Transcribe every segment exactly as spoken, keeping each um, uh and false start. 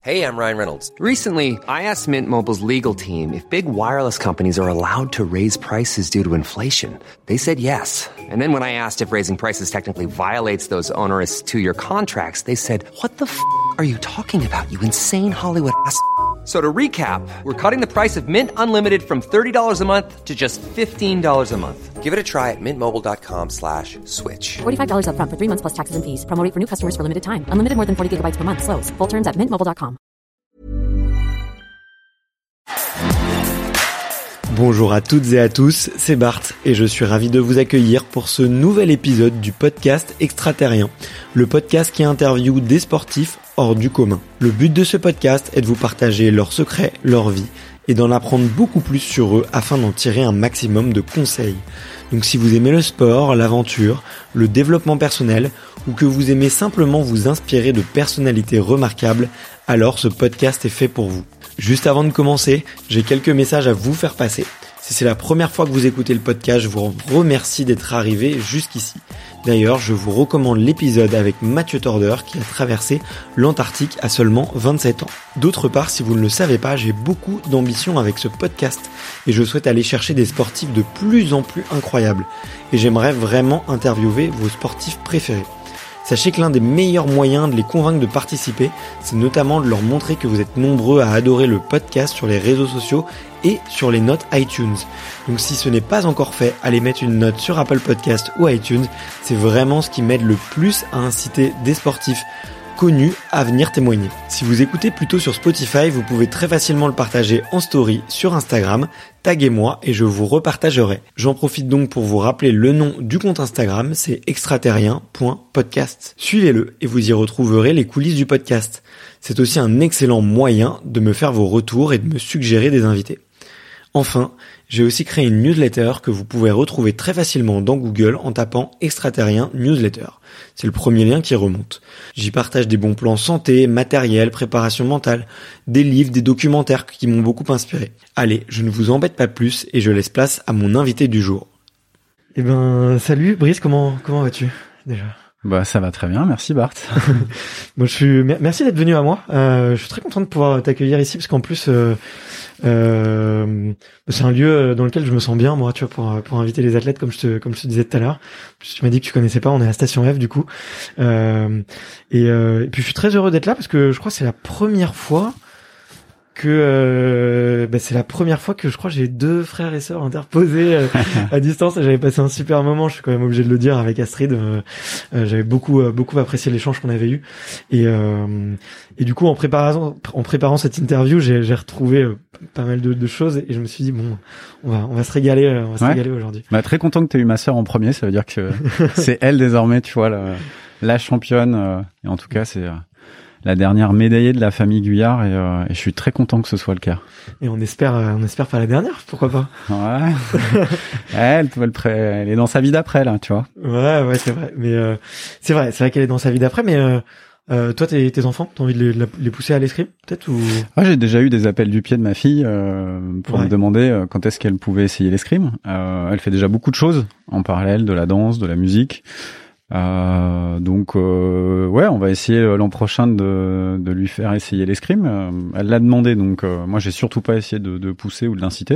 Hey, I'm Ryan Reynolds. Recently, I asked Mint Mobile's legal team if big wireless companies are allowed to raise prices due to inflation. They said yes. And then when I asked if raising prices technically violates those onerous two-year contracts, they said, what the f*** are you talking about, you insane Hollywood ass f- So to recap, we're cutting the price of Mint Unlimited from thirty dollars a month to just fifteen dollars a month. Give it a try at mintmobile.com slash switch. forty-five dollars up front for three months plus taxes and fees. Promo rate for new customers for limited time. Unlimited more than forty gigabytes per month. Slows full terms at mint mobile dot com. Bonjour à toutes et à tous, c'est Bart et je suis ravi de vous accueillir pour ce nouvel épisode du podcast Extraterrien, le podcast qui interviewe des sportifs hors du commun. Le but de ce podcast est de vous partager leurs secrets, leur vie et d'en apprendre beaucoup plus sur eux afin d'en tirer un maximum de conseils. Donc si vous aimez le sport, l'aventure, le développement personnel ou que vous aimez simplement vous inspirer de personnalités remarquables, alors ce podcast est fait pour vous. Juste avant de commencer, j'ai quelques messages à vous faire passer. Si c'est la première fois que vous écoutez le podcast, je vous remercie d'être arrivé jusqu'ici. D'ailleurs, je vous recommande l'épisode avec Mathieu Torder qui a traversé l'Antarctique à seulement vingt-sept ans. D'autre part, si vous ne le savez pas, j'ai beaucoup d'ambition avec ce podcast et je souhaite aller chercher des sportifs de plus en plus incroyables. Et j'aimerais vraiment interviewer vos sportifs préférés. Sachez que l'un des meilleurs moyens de les convaincre de participer, c'est notamment de leur montrer que vous êtes nombreux à adorer le podcast sur les réseaux sociaux et sur les notes iTunes. Donc si ce n'est pas encore fait, allez mettre une note sur Apple Podcast ou iTunes, c'est vraiment ce qui m'aide le plus à inciter des sportifs connus à venir témoigner. Si vous écoutez plutôt sur Spotify, vous pouvez très facilement le partager en story sur Instagram, taguez-moi et je vous repartagerai. J'en profite donc pour vous rappeler le nom du compte Instagram, c'est extraterrien point podcast. Suivez-le et vous y retrouverez les coulisses du podcast. C'est aussi un excellent moyen de me faire vos retours et de me suggérer des invités. Enfin, j'ai aussi créé une newsletter que vous pouvez retrouver très facilement dans Google en tapant Extraterrien Newsletter. C'est le premier lien qui remonte. J'y partage des bons plans santé, matériel, préparation mentale, des livres, des documentaires qui m'ont beaucoup inspiré. Allez, je ne vous embête pas plus et je laisse place à mon invité du jour. Eh ben, salut Brice, comment comment vas-tu déjà ? Bah ça va très bien, merci Bart. Bon, je suis merci d'être venu à moi. Euh, je suis très content de pouvoir t'accueillir ici parce qu'en plus euh, euh, c'est un lieu dans lequel je me sens bien moi, tu vois, pour pour inviter les athlètes comme je te comme je te disais tout à l'heure. Tu m'as dit que tu connaissais pas, on est à Station F du coup. Euh, et, euh, et puis je suis très heureux d'être là parce que je crois que c'est la première fois que euh, bah c'est la première fois que je crois que j'ai deux frères et sœurs interposés euh, à distance et j'avais passé un super moment, je suis quand même obligé de le dire, avec Astrid. Euh, euh, j'avais beaucoup euh, beaucoup apprécié l'échange qu'on avait eu et euh, et du coup en préparant en préparant cette interview, j'ai j'ai retrouvé euh, pas mal de, de choses et je me suis dit bon, on va on va se régaler euh, on va se ouais. régaler aujourd'hui. Bah très content que tu aies eu ma sœur en premier, ça veut dire que c'est elle désormais, tu vois, la, la championne euh, et en tout cas c'est euh, la dernière médaillée de la famille Guyard et, euh, et je suis très content que ce soit le cas. Et on espère, euh, on espère pas la dernière, pourquoi pas. Ouais. elle, elle, elle est dans sa vie d'après là, tu vois. Ouais, ouais, c'est vrai. Mais euh, c'est vrai, c'est vrai qu'elle est dans sa vie d'après. Mais euh, euh, toi, tes, tes enfants, t'as envie de les, les pousser à l'escrime, peut-être ou... Ah, j'ai déjà eu des appels du pied de ma fille euh, pour ouais. me demander euh, quand est-ce qu'elle pouvait essayer l'escrime. Euh, elle fait déjà beaucoup de choses en parallèle, de la danse, de la musique. Euh, donc euh, ouais, on va essayer l'an prochain de, de lui faire essayer l'escrime. Euh, elle l'a demandé, donc euh, moi j'ai surtout pas essayé de, de pousser ou de l'inciter.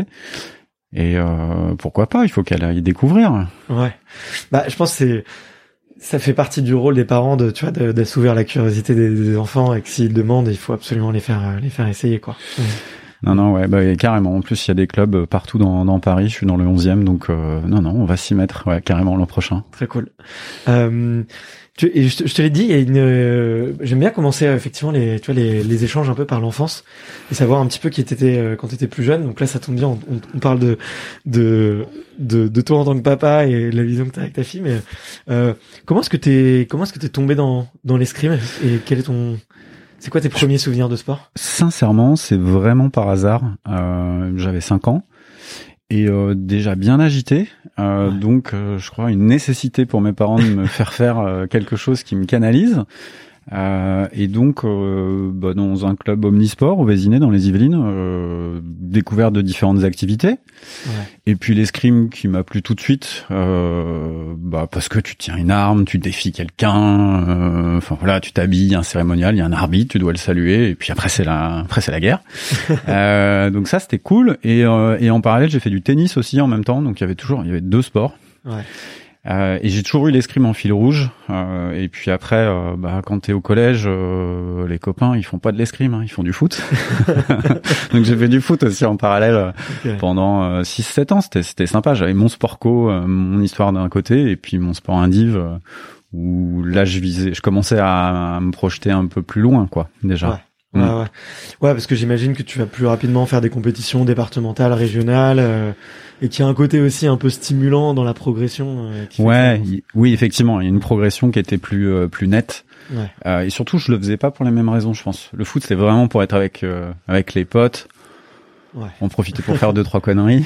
Et euh, pourquoi pas, il faut qu'elle aille découvrir. Ouais. Bah je pense que c'est ça fait partie du rôle des parents de tu vois de, d'assouvir la curiosité des, des enfants et que s'ils demandent, il faut absolument les faire les faire essayer quoi. Ouais. Non, non, ouais, bah, carrément. En plus, il y a des clubs partout dans, dans Paris. Je suis dans le onzième, donc euh, non, non, on va s'y mettre, ouais, carrément l'an prochain. Très cool. Euh, tu, et je te, je te l'ai dit, il y a une. Euh, j'aime bien commencer euh, effectivement les, tu vois, les, les échanges un peu par l'enfance et savoir un petit peu qui t'étais euh, quand t'étais plus jeune. Donc là, ça tombe bien, on, on parle de, de de de toi en tant que papa et la vision que t'as avec ta fille. Mais euh, comment est-ce que t'es comment est-ce que t'es tombé dans dans l'escrime et quel est ton C'est quoi tes premiers souvenirs de sport ? Sincèrement, c'est vraiment par hasard. Euh, j'avais cinq ans et euh, déjà bien agité. Euh, ouais. Donc, euh, je crois une nécessité pour mes parents de me faire faire euh, quelque chose qui me canalise. Euh, et donc, euh, bah, dans un club omnisport au Vésinet, dans les Yvelines, euh, découverte de différentes activités. Ouais. Et puis l'escrime qui m'a plu tout de suite, euh, bah parce que tu tiens une arme, tu défies quelqu'un, euh, enfin voilà, tu t'habilles, il y a un cérémonial, il y a un arbitre, tu dois le saluer, et puis après c'est la, après c'est la guerre. euh, donc ça c'était cool. Et, euh, et en parallèle, j'ai fait du tennis aussi en même temps, donc il y avait toujours, il y avait deux sports. Ouais. Euh, et j'ai toujours eu l'escrime en fil rouge. Euh, et puis après, euh, bah, quand t'es au collège, euh, les copains, ils font pas de l'escrime, hein, ils font du foot. Donc j'ai fait du foot aussi en parallèle okay. pendant euh, six sept ans. C'était, c'était sympa. J'avais mon sport co, euh, mon histoire d'un côté, et puis mon sport indiv, euh, où là je visais, je commençais à, à me projeter un peu plus loin, quoi, déjà. Ouais. Ouais, ouais. Ouais, parce que j'imagine que tu vas plus rapidement faire des compétitions départementales, régionales, euh, et qu'il y a un côté aussi un peu stimulant dans la progression. Euh, qui ouais, y, oui, effectivement, il y a une progression qui était plus euh, plus nette. Ouais. Euh, et surtout, je le faisais pas pour les mêmes raisons, je pense. Le foot, c'était vraiment pour être avec euh, avec les potes. Ouais. On profitait pour faire deux trois conneries.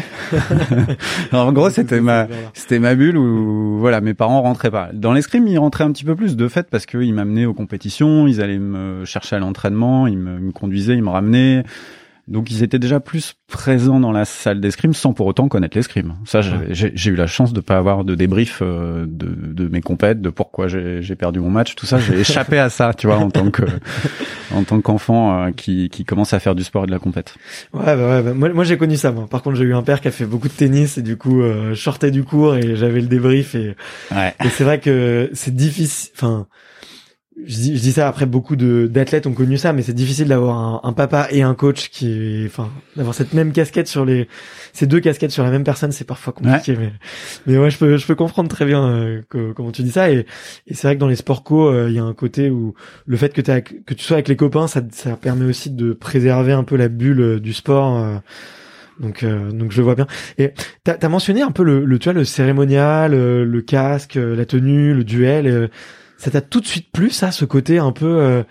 Alors, en gros, c'était ma c'était ma bulle où voilà, mes parents rentraient pas. Dans l'escrime, ils rentraient un petit peu plus de fait parce qu'ils m'amenaient aux compétitions, ils allaient me chercher à l'entraînement, ils me, me conduisaient, ils me ramenaient. Donc ils étaient déjà plus présents dans la salle d'escrime sans pour autant connaître l'escrime. Ça, j'ai, j'ai, j'ai eu la chance de pas avoir de débrief euh, de, de mes compètes, de pourquoi j'ai, j'ai perdu mon match, tout ça. J'ai échappé à ça, tu vois, en tant que en tant qu'enfant euh, qui, qui commence à faire du sport et de la compète. Ouais, bah ouais, bah, moi, moi j'ai connu ça. Moi. Par contre, j'ai eu un père qui a fait beaucoup de tennis et du coup, euh, je sortais du cours et j'avais le débrief et, ouais. et c'est vrai que c'est difficile. Enfin. Je dis, je dis ça après beaucoup de d'athlètes ont connu ça, mais c'est difficile d'avoir un, un papa et un coach qui, enfin, d'avoir cette même casquette sur les, ces deux casquettes sur la même personne, c'est parfois compliqué. Ouais. Mais, mais ouais, je peux, je peux comprendre très bien euh, que, comment tu dis ça. Et, et c'est vrai que dans les sports co, il euh, y a un côté où le fait que t'as, que tu sois avec les copains, ça, ça permet aussi de préserver un peu la bulle du sport. Euh, donc, euh, donc je le vois bien. Et t'as, t'as mentionné un peu le, le, tu vois, le cérémonial, le, le casque, la tenue, le duel. Euh, Ça t'a tout de suite plu, ça, ce côté un peu, euh,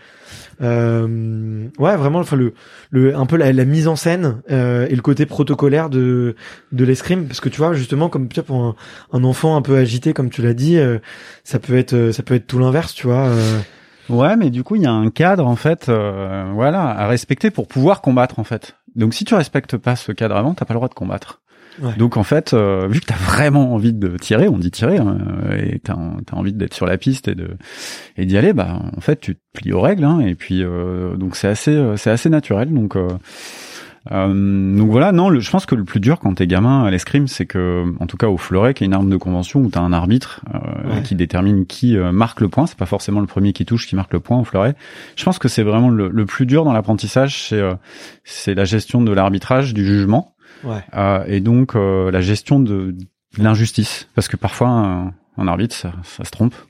euh, ouais, vraiment, enfin le, le, un peu la, la mise en scène euh, et le côté protocolaire de de l'escrime, parce que tu vois, justement, comme tu vois, pour un, un enfant un peu agité, comme tu l'as dit, euh, ça peut être, ça peut être tout l'inverse, tu vois. Euh. Ouais, mais du coup, il y a un cadre en fait, euh, voilà, à respecter pour pouvoir combattre en fait. Donc, si tu respectes pas ce cadre avant, t'as pas le droit de combattre. Ouais. Donc en fait, euh, vu que t'as vraiment envie de tirer, on dit tirer, hein, et t'as, t'as envie d'être sur la piste et de et d'y aller, bah en fait tu te plies aux règles, hein, et puis euh, donc c'est assez c'est assez naturel. Donc euh, euh, donc voilà, non, le, je pense que le plus dur quand t'es gamin à l'escrime, c'est que en tout cas au fleuret, qui est une arme de convention où t'as un arbitre euh, ouais. qui détermine qui euh, marque le point. C'est pas forcément le premier qui touche qui marque le point au fleuret. Je pense que c'est vraiment le, le plus dur dans l'apprentissage, c'est euh, c'est la gestion de l'arbitrage, du jugement. Ouais. Euh, et donc euh, la gestion de, de l'injustice, parce que parfois un, un arbitre ça, ça se trompe.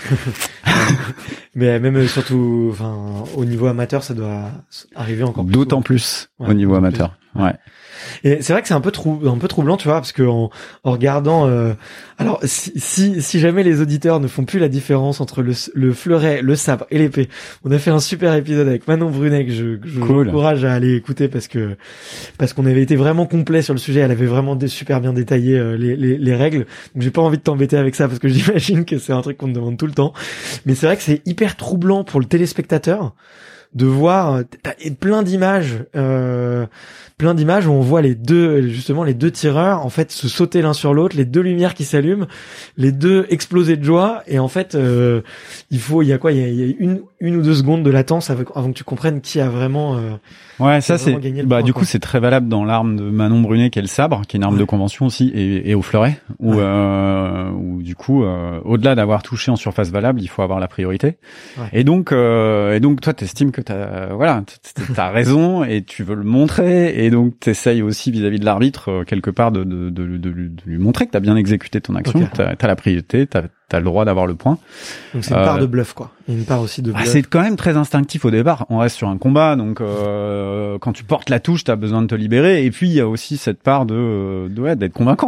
Mais même surtout, enfin, au niveau amateur, ça doit arriver encore. D'autant plus, ouais, au niveau amateur. Plus. Ouais. Et c'est vrai que c'est un peu trou, un peu troublant, tu vois, parce que en, en regardant, euh, alors si, si si jamais les auditeurs ne font plus la différence entre le, le fleuret, le sabre et l'épée, on a fait un super épisode avec Manon Brunet que je, que je cool. vous encourage à aller écouter parce que parce qu'on avait été vraiment complet sur le sujet. Elle avait vraiment des, super bien détaillé euh, les, les les règles. Donc j'ai pas envie de t'embêter avec ça parce que j'imagine que c'est un truc qu'on te demande tout le temps. Mais c'est vrai que c'est hyper troublant pour le téléspectateur de voir, t'as plein d'images, euh, plein d'images où on voit les deux, justement les deux tireurs en fait se sauter l'un sur l'autre, les deux lumières qui s'allument, les deux exploser de joie, et en fait euh, il faut, il y a quoi, il y a, il y a une une ou deux secondes de latence avant, avant que tu comprennes qui a vraiment. Euh, ouais, ça c'est. Bah point, du quoi. coup c'est très valable dans l'arme de Manon Brunet qui est le sabre, qui est une arme ouais. de convention aussi, et, et au fleuret, où ouais. euh, où du coup euh, au-delà d'avoir touché en surface valable, il faut avoir la priorité. Ouais. Et donc euh, et donc toi t'estimes que t'as voilà t'as raison et tu veux le montrer, et donc t'essayes aussi vis-à-vis de l'arbitre euh, quelque part de de, de de de lui montrer que t'as bien exécuté ton action, okay. t'as, t'as la priorité, t'as t'as le droit d'avoir le point. Donc c'est une euh, part de bluff, quoi. Il y a une part aussi de bluff. Ah, c'est quand même très instinctif au départ. On reste sur un combat, donc euh, quand tu portes la touche, t'as besoin de te libérer. Et puis il y a aussi cette part de, de ouais, d'être convaincant.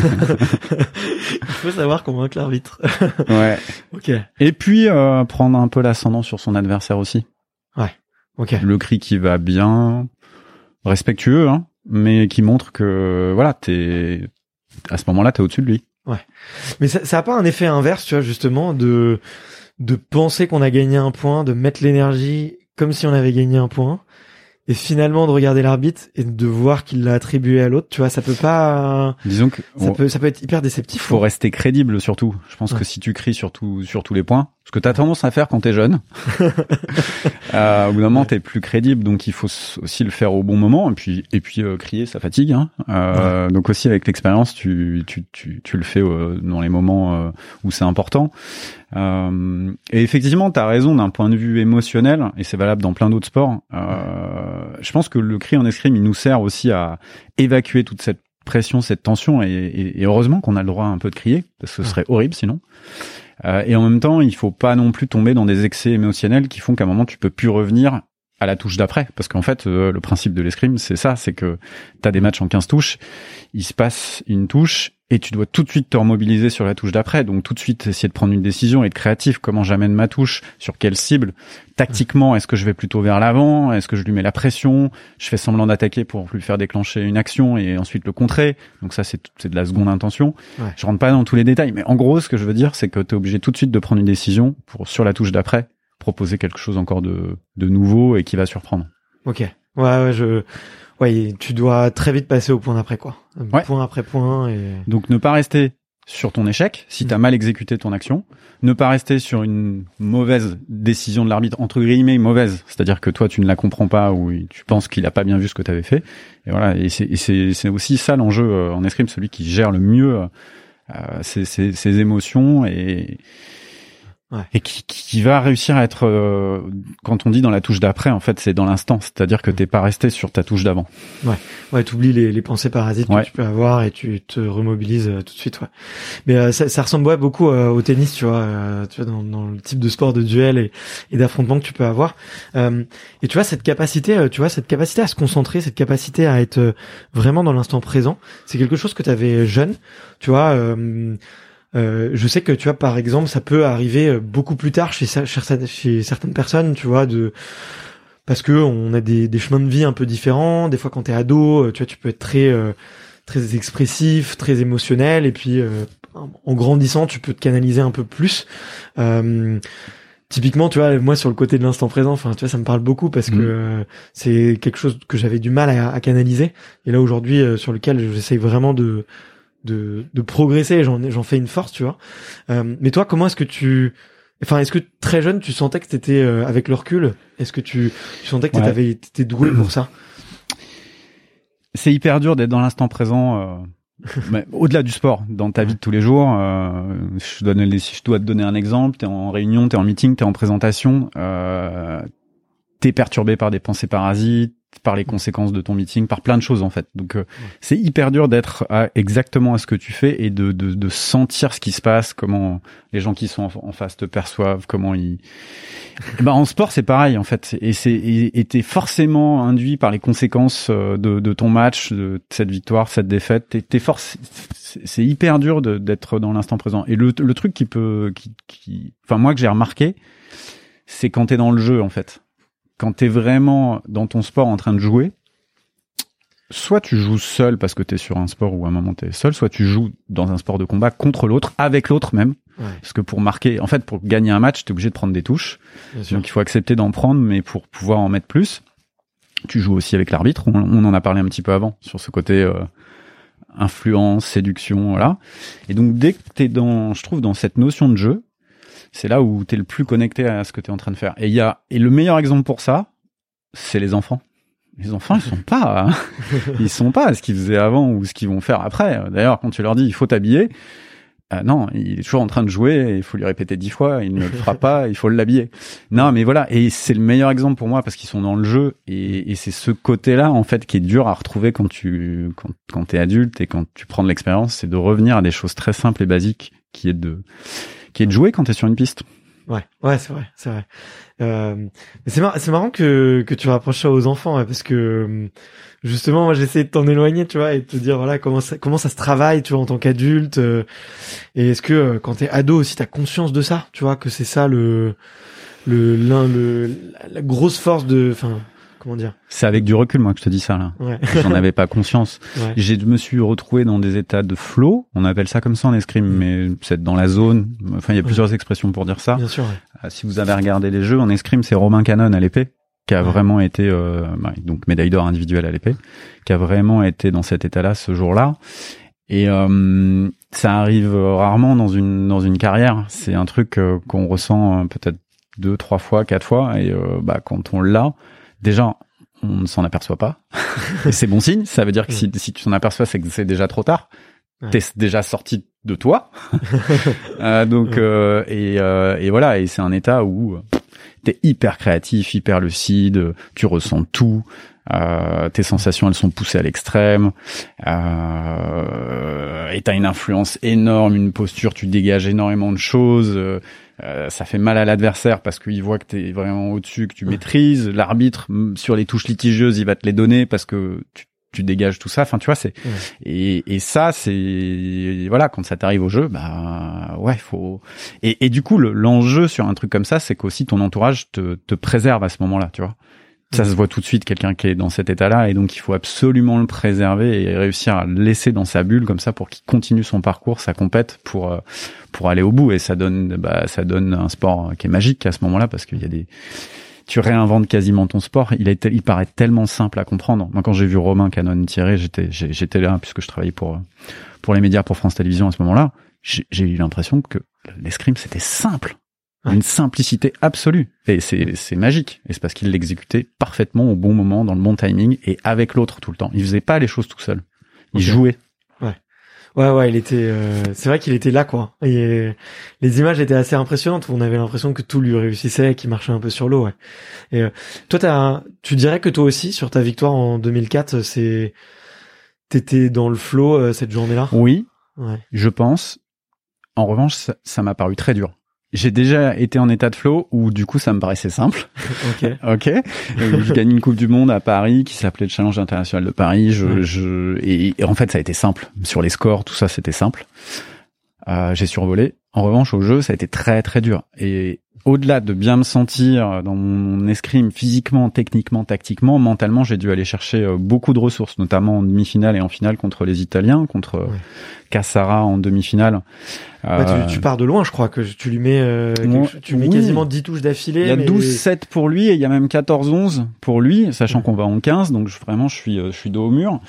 Il faut savoir convaincre l'arbitre. Ouais. Ok. Et puis euh, prendre un peu l'ascendant sur son adversaire aussi. Ouais. Ok. Le cri qui va bien, respectueux, hein, mais qui montre que voilà, t'es à ce moment-là, t'es au-dessus de lui. Ouais. Mais ça, ça a pas un effet inverse, tu vois, justement, de de penser qu'on a gagné un point, de mettre l'énergie comme si on avait gagné un point, et finalement de regarder l'arbitre et de voir qu'il l'a attribué à l'autre, tu vois, ça peut pas. Disons que ça peut, ça peut être hyper déceptif. Faut hein. rester crédible surtout. Je pense ouais. que si tu cries sur tout, sur tous les points, ce que t'as tendance à faire quand t'es jeune, euh, au bout d'un moment t'es plus crédible, donc il faut aussi le faire au bon moment. Et puis, et puis euh, crier, ça fatigue. Hein. Euh, ouais. Donc aussi avec l'expérience, tu, tu, tu, tu le fais euh, dans les moments euh, où c'est important. Euh, et effectivement, t'as raison d'un point de vue émotionnel, et c'est valable dans plein d'autres sports. Euh, je pense que le cri en escrime, il nous sert aussi à évacuer toute cette pression, cette tension, et, et, et heureusement qu'on a le droit un peu de crier, parce que ce serait horrible sinon. Euh, et en même temps, il faut pas non plus tomber dans des excès émotionnels qui font qu'à un moment tu peux plus revenir à la touche d'après, parce qu'en fait euh, le principe de l'escrime c'est ça, c'est que t'as des matchs en quinze touches, il se passe une touche et tu dois tout de suite te remobiliser sur la touche d'après, donc tout de suite essayer de prendre une décision et être créatif. Comment j'amène ma touche, sur quelle cible, tactiquement, est-ce que je vais plutôt vers l'avant, est-ce que je lui mets la pression, je fais semblant d'attaquer pour lui faire déclencher une action et ensuite le contrer, donc ça c'est, c'est de la seconde intention. Ouais. Je rentre pas dans tous les détails, mais en gros ce que je veux dire c'est que t'es obligé tout de suite de prendre une décision pour, sur la touche d'après, proposer quelque chose encore de, de nouveau et qui va surprendre. Ok. Ouais, ouais, je, ouais, tu dois très vite passer au point d'après, quoi. Ouais. Point après point et... Donc, ne pas rester sur ton échec, si t'as mmh. mal exécuté ton action. Ne pas rester sur une mauvaise décision de l'arbitre, entre guillemets, mauvaise. C'est-à-dire que toi, tu ne la comprends pas ou tu penses qu'il a pas bien vu ce que t'avais fait. Et voilà. Et c'est, et c'est, c'est aussi ça l'enjeu en escrime, celui qui gère le mieux, euh, ses, ses, ses émotions et, Ouais. Et qui, qui va réussir à être, euh, quand on dit dans la touche d'après, en fait, c'est dans l'instant. C'est-à-dire que t'es pas resté sur ta touche d'avant. Ouais. Ouais, t'oublies les, les pensées parasites ouais. que tu peux avoir et tu te remobilises euh, tout de suite, ouais. Mais euh, ça, ça ressemble ouais, beaucoup euh, au tennis, tu vois, euh, tu vois, dans, dans le type de sport de duel et, et d'affrontement que tu peux avoir. Euh, et tu vois, cette capacité, euh, tu vois, cette capacité à se concentrer, cette capacité à être euh, vraiment dans l'instant présent, c'est quelque chose que t'avais jeune, tu vois, euh, Euh, je sais que tu vois par exemple ça peut arriver beaucoup plus tard chez chez, chez certaines personnes, tu vois, de parce que on a des, des chemins de vie un peu différents. Des fois quand t'es ado, tu vois, tu peux être très euh, très expressif, très émotionnel, et puis euh, en grandissant tu peux te canaliser un peu plus. Euh, Typiquement, tu vois, moi sur le côté de l'instant présent, enfin, tu vois, ça me parle beaucoup parce mmh. que euh, c'est quelque chose que j'avais du mal à, à canaliser, et là aujourd'hui euh, sur lequel j'essaye vraiment de de de progresser, j'en j'en fais une force, tu vois. Euh, mais toi, comment est-ce que tu, enfin, est-ce que très jeune, tu sentais que t'étais euh, avec le recul, est-ce que tu, tu sentais que ouais. t'avais t'étais doué pour ça? C'est hyper dur d'être dans l'instant présent, euh, mais au-delà du sport, dans ta vie de tous les jours. Euh, je donne les, si je dois te donner un exemple, t'es en réunion, t'es en meeting, t'es en présentation, euh, t'es perturbé par des pensées parasites, par les conséquences de ton meeting, par plein de choses en fait. Donc euh, ouais. c'est hyper dur d'être à, exactement à ce que tu fais et de, de, de sentir ce qui se passe, comment les gens qui sont en, en face te perçoivent, comment ils... Ben, en sport c'est pareil en fait, et c'est et, et t'es forcément induit par les conséquences de, de ton match, de cette victoire, cette défaite. T'es, t'es forc... c'est, c'est hyper dur de, d'être dans l'instant présent. Et le, le truc qui peut, qui, qui, enfin moi que j'ai remarqué, c'est quand t'es dans le jeu en fait. Quand t'es vraiment dans ton sport en train de jouer, soit tu joues seul parce que t'es sur un sport où à un moment t'es seul, soit tu joues dans un sport de combat contre l'autre, avec l'autre même. Ouais. Parce que pour marquer, en fait, pour gagner un match, t'es obligé de prendre des touches. Donc il faut accepter d'en prendre, mais pour pouvoir en mettre plus, tu joues aussi avec l'arbitre. On, on en a parlé un petit peu avant sur ce côté euh, influence, séduction, voilà. Et donc dès que t'es dans, je trouve, dans cette notion de jeu, c'est là où t'es le plus connecté à ce que t'es en train de faire. Et il y a, et le meilleur exemple pour ça, c'est les enfants. Les enfants, ils sont pas, ils sont pas à ce qu'ils faisaient avant ou ce qu'ils vont faire après. D'ailleurs, quand tu leur dis, il faut t'habiller, euh, non, il est toujours en train de jouer, et il faut lui répéter dix fois, il ne le fera pas, il faut l'habiller. Non, mais voilà. Et c'est le meilleur exemple pour moi parce qu'ils sont dans le jeu, et, et c'est ce côté-là, en fait, qui est dur à retrouver quand tu, quand, quand t'es adulte et quand tu prends de l'expérience, c'est de revenir à des choses très simples et basiques, qui est de, qui est de jouer quand t'es sur une piste. Ouais, ouais, c'est vrai, c'est vrai. Euh, c'est marrant, c'est marrant que que tu rapproches ça aux enfants, ouais, parce que justement, moi, j'essaie de t'en éloigner, tu vois, et de te dire voilà comment ça comment ça se travaille, tu vois, en tant qu'adulte. Euh, et est-ce que euh, quand t'es ado aussi, t'as conscience de ça, tu vois, que c'est ça le le l'un le la grosse force de, enfin, comment dire. C'est avec du recul, moi, que je te dis ça, là. Ouais. J'en avais pas conscience. Ouais. J'ai, je me suis retrouvé dans des états de flow. On appelle ça comme ça en escrime, mais c'est dans la zone. Enfin, il y a plusieurs ouais. expressions pour dire ça. Bien sûr, ouais. Euh, si vous avez regardé les jeux en escrime, c'est Romain Canon à l'épée, qui a ouais. vraiment été, euh, bah, donc médaille d'or individuelle à l'épée, qui a vraiment été dans cet état-là ce jour-là. Et euh, ça arrive rarement dans une dans une carrière. C'est un truc euh, qu'on ressent euh, peut-être deux, trois fois, quatre fois. Et euh, bah quand on l'a, déjà on ne s'en aperçoit pas. Et c'est bon signe. Ça veut dire que si si tu t'en aperçois, c'est que c'est déjà trop tard. Ouais. T'es déjà sorti de toi. euh, donc ouais. euh, et euh, et voilà. Et c'est un état où t'es hyper créatif, hyper lucide. Tu ressens tout. Euh, tes sensations, elles sont poussées à l'extrême. Euh, et t'as une influence énorme, une posture, tu dégages énormément de choses. Euh, ça fait mal à l'adversaire parce qu'il voit que t'es vraiment au-dessus, que tu maîtrises. L'arbitre, sur les touches litigieuses, il va te les donner parce que tu, tu dégages tout ça. Enfin, tu vois, c'est ouais. et, et ça, c'est voilà, quand ça t'arrive au jeu, bah ouais, faut. Et, et du coup, le, l'enjeu sur un truc comme ça, c'est qu'aussi ton entourage te, te préserve à ce moment-là, tu vois. Ça se voit tout de suite, quelqu'un qui est dans cet état-là, et donc il faut absolument le préserver et réussir à le laisser dans sa bulle comme ça pour qu'il continue son parcours, sa compète pour euh, pour aller au bout. Et ça donne bah ça donne un sport qui est magique à ce moment-là parce qu'il y a des tu réinventes quasiment ton sport. Il est il paraît tellement simple à comprendre. Moi, quand j'ai vu Romain Canon tirer, j'étais j'étais là puisque je travaillais pour pour les médias pour France Télévisions à ce moment-là. J'ai, j'ai eu l'impression que l'escrime c'était simple. Une simplicité absolue. Et c'est, c'est magique. Et c'est parce qu'il l'exécutait parfaitement au bon moment, dans le bon timing, et avec l'autre tout le temps. Il faisait pas les choses tout seul. Il okay. jouait. Ouais. Ouais, ouais, il était, euh, c'est vrai qu'il était là, quoi. Et les images étaient assez impressionnantes. On avait l'impression que tout lui réussissait, qu'il marchait un peu sur l'eau, ouais. Et, euh, toi, t'as, tu dirais que toi aussi, sur ta victoire en deux mille quatre, c'est, t'étais dans le flow, euh, cette journée-là? Oui. Ouais. Je pense. En revanche, ça, ça m'a paru très dur. J'ai déjà été en état de flow où du coup ça me paraissait simple. Ok. Ok. Je gagne une Coupe du Monde à Paris qui s'appelait le Challenge international de Paris. Je, ouais. je et, et en fait ça a été simple sur les scores, tout ça c'était simple. Euh, j'ai survolé. En revanche au jeu ça a été très très dur. Et au-delà de bien me sentir dans mon escrime physiquement, techniquement, tactiquement, mentalement, j'ai dû aller chercher beaucoup de ressources, notamment en demi-finale et en finale contre les Italiens, contre ouais. Cassara en demi-finale. Bah, euh... tu, tu pars de loin, je crois que tu lui mets, euh, bon, tu mets oui. quasiment dix touches d'affilée. Il y a mais... douze sept pour lui et il y a même quatorze onze pour lui, sachant ouais. qu'on va en quinze, donc je, vraiment je suis, je suis dos au mur.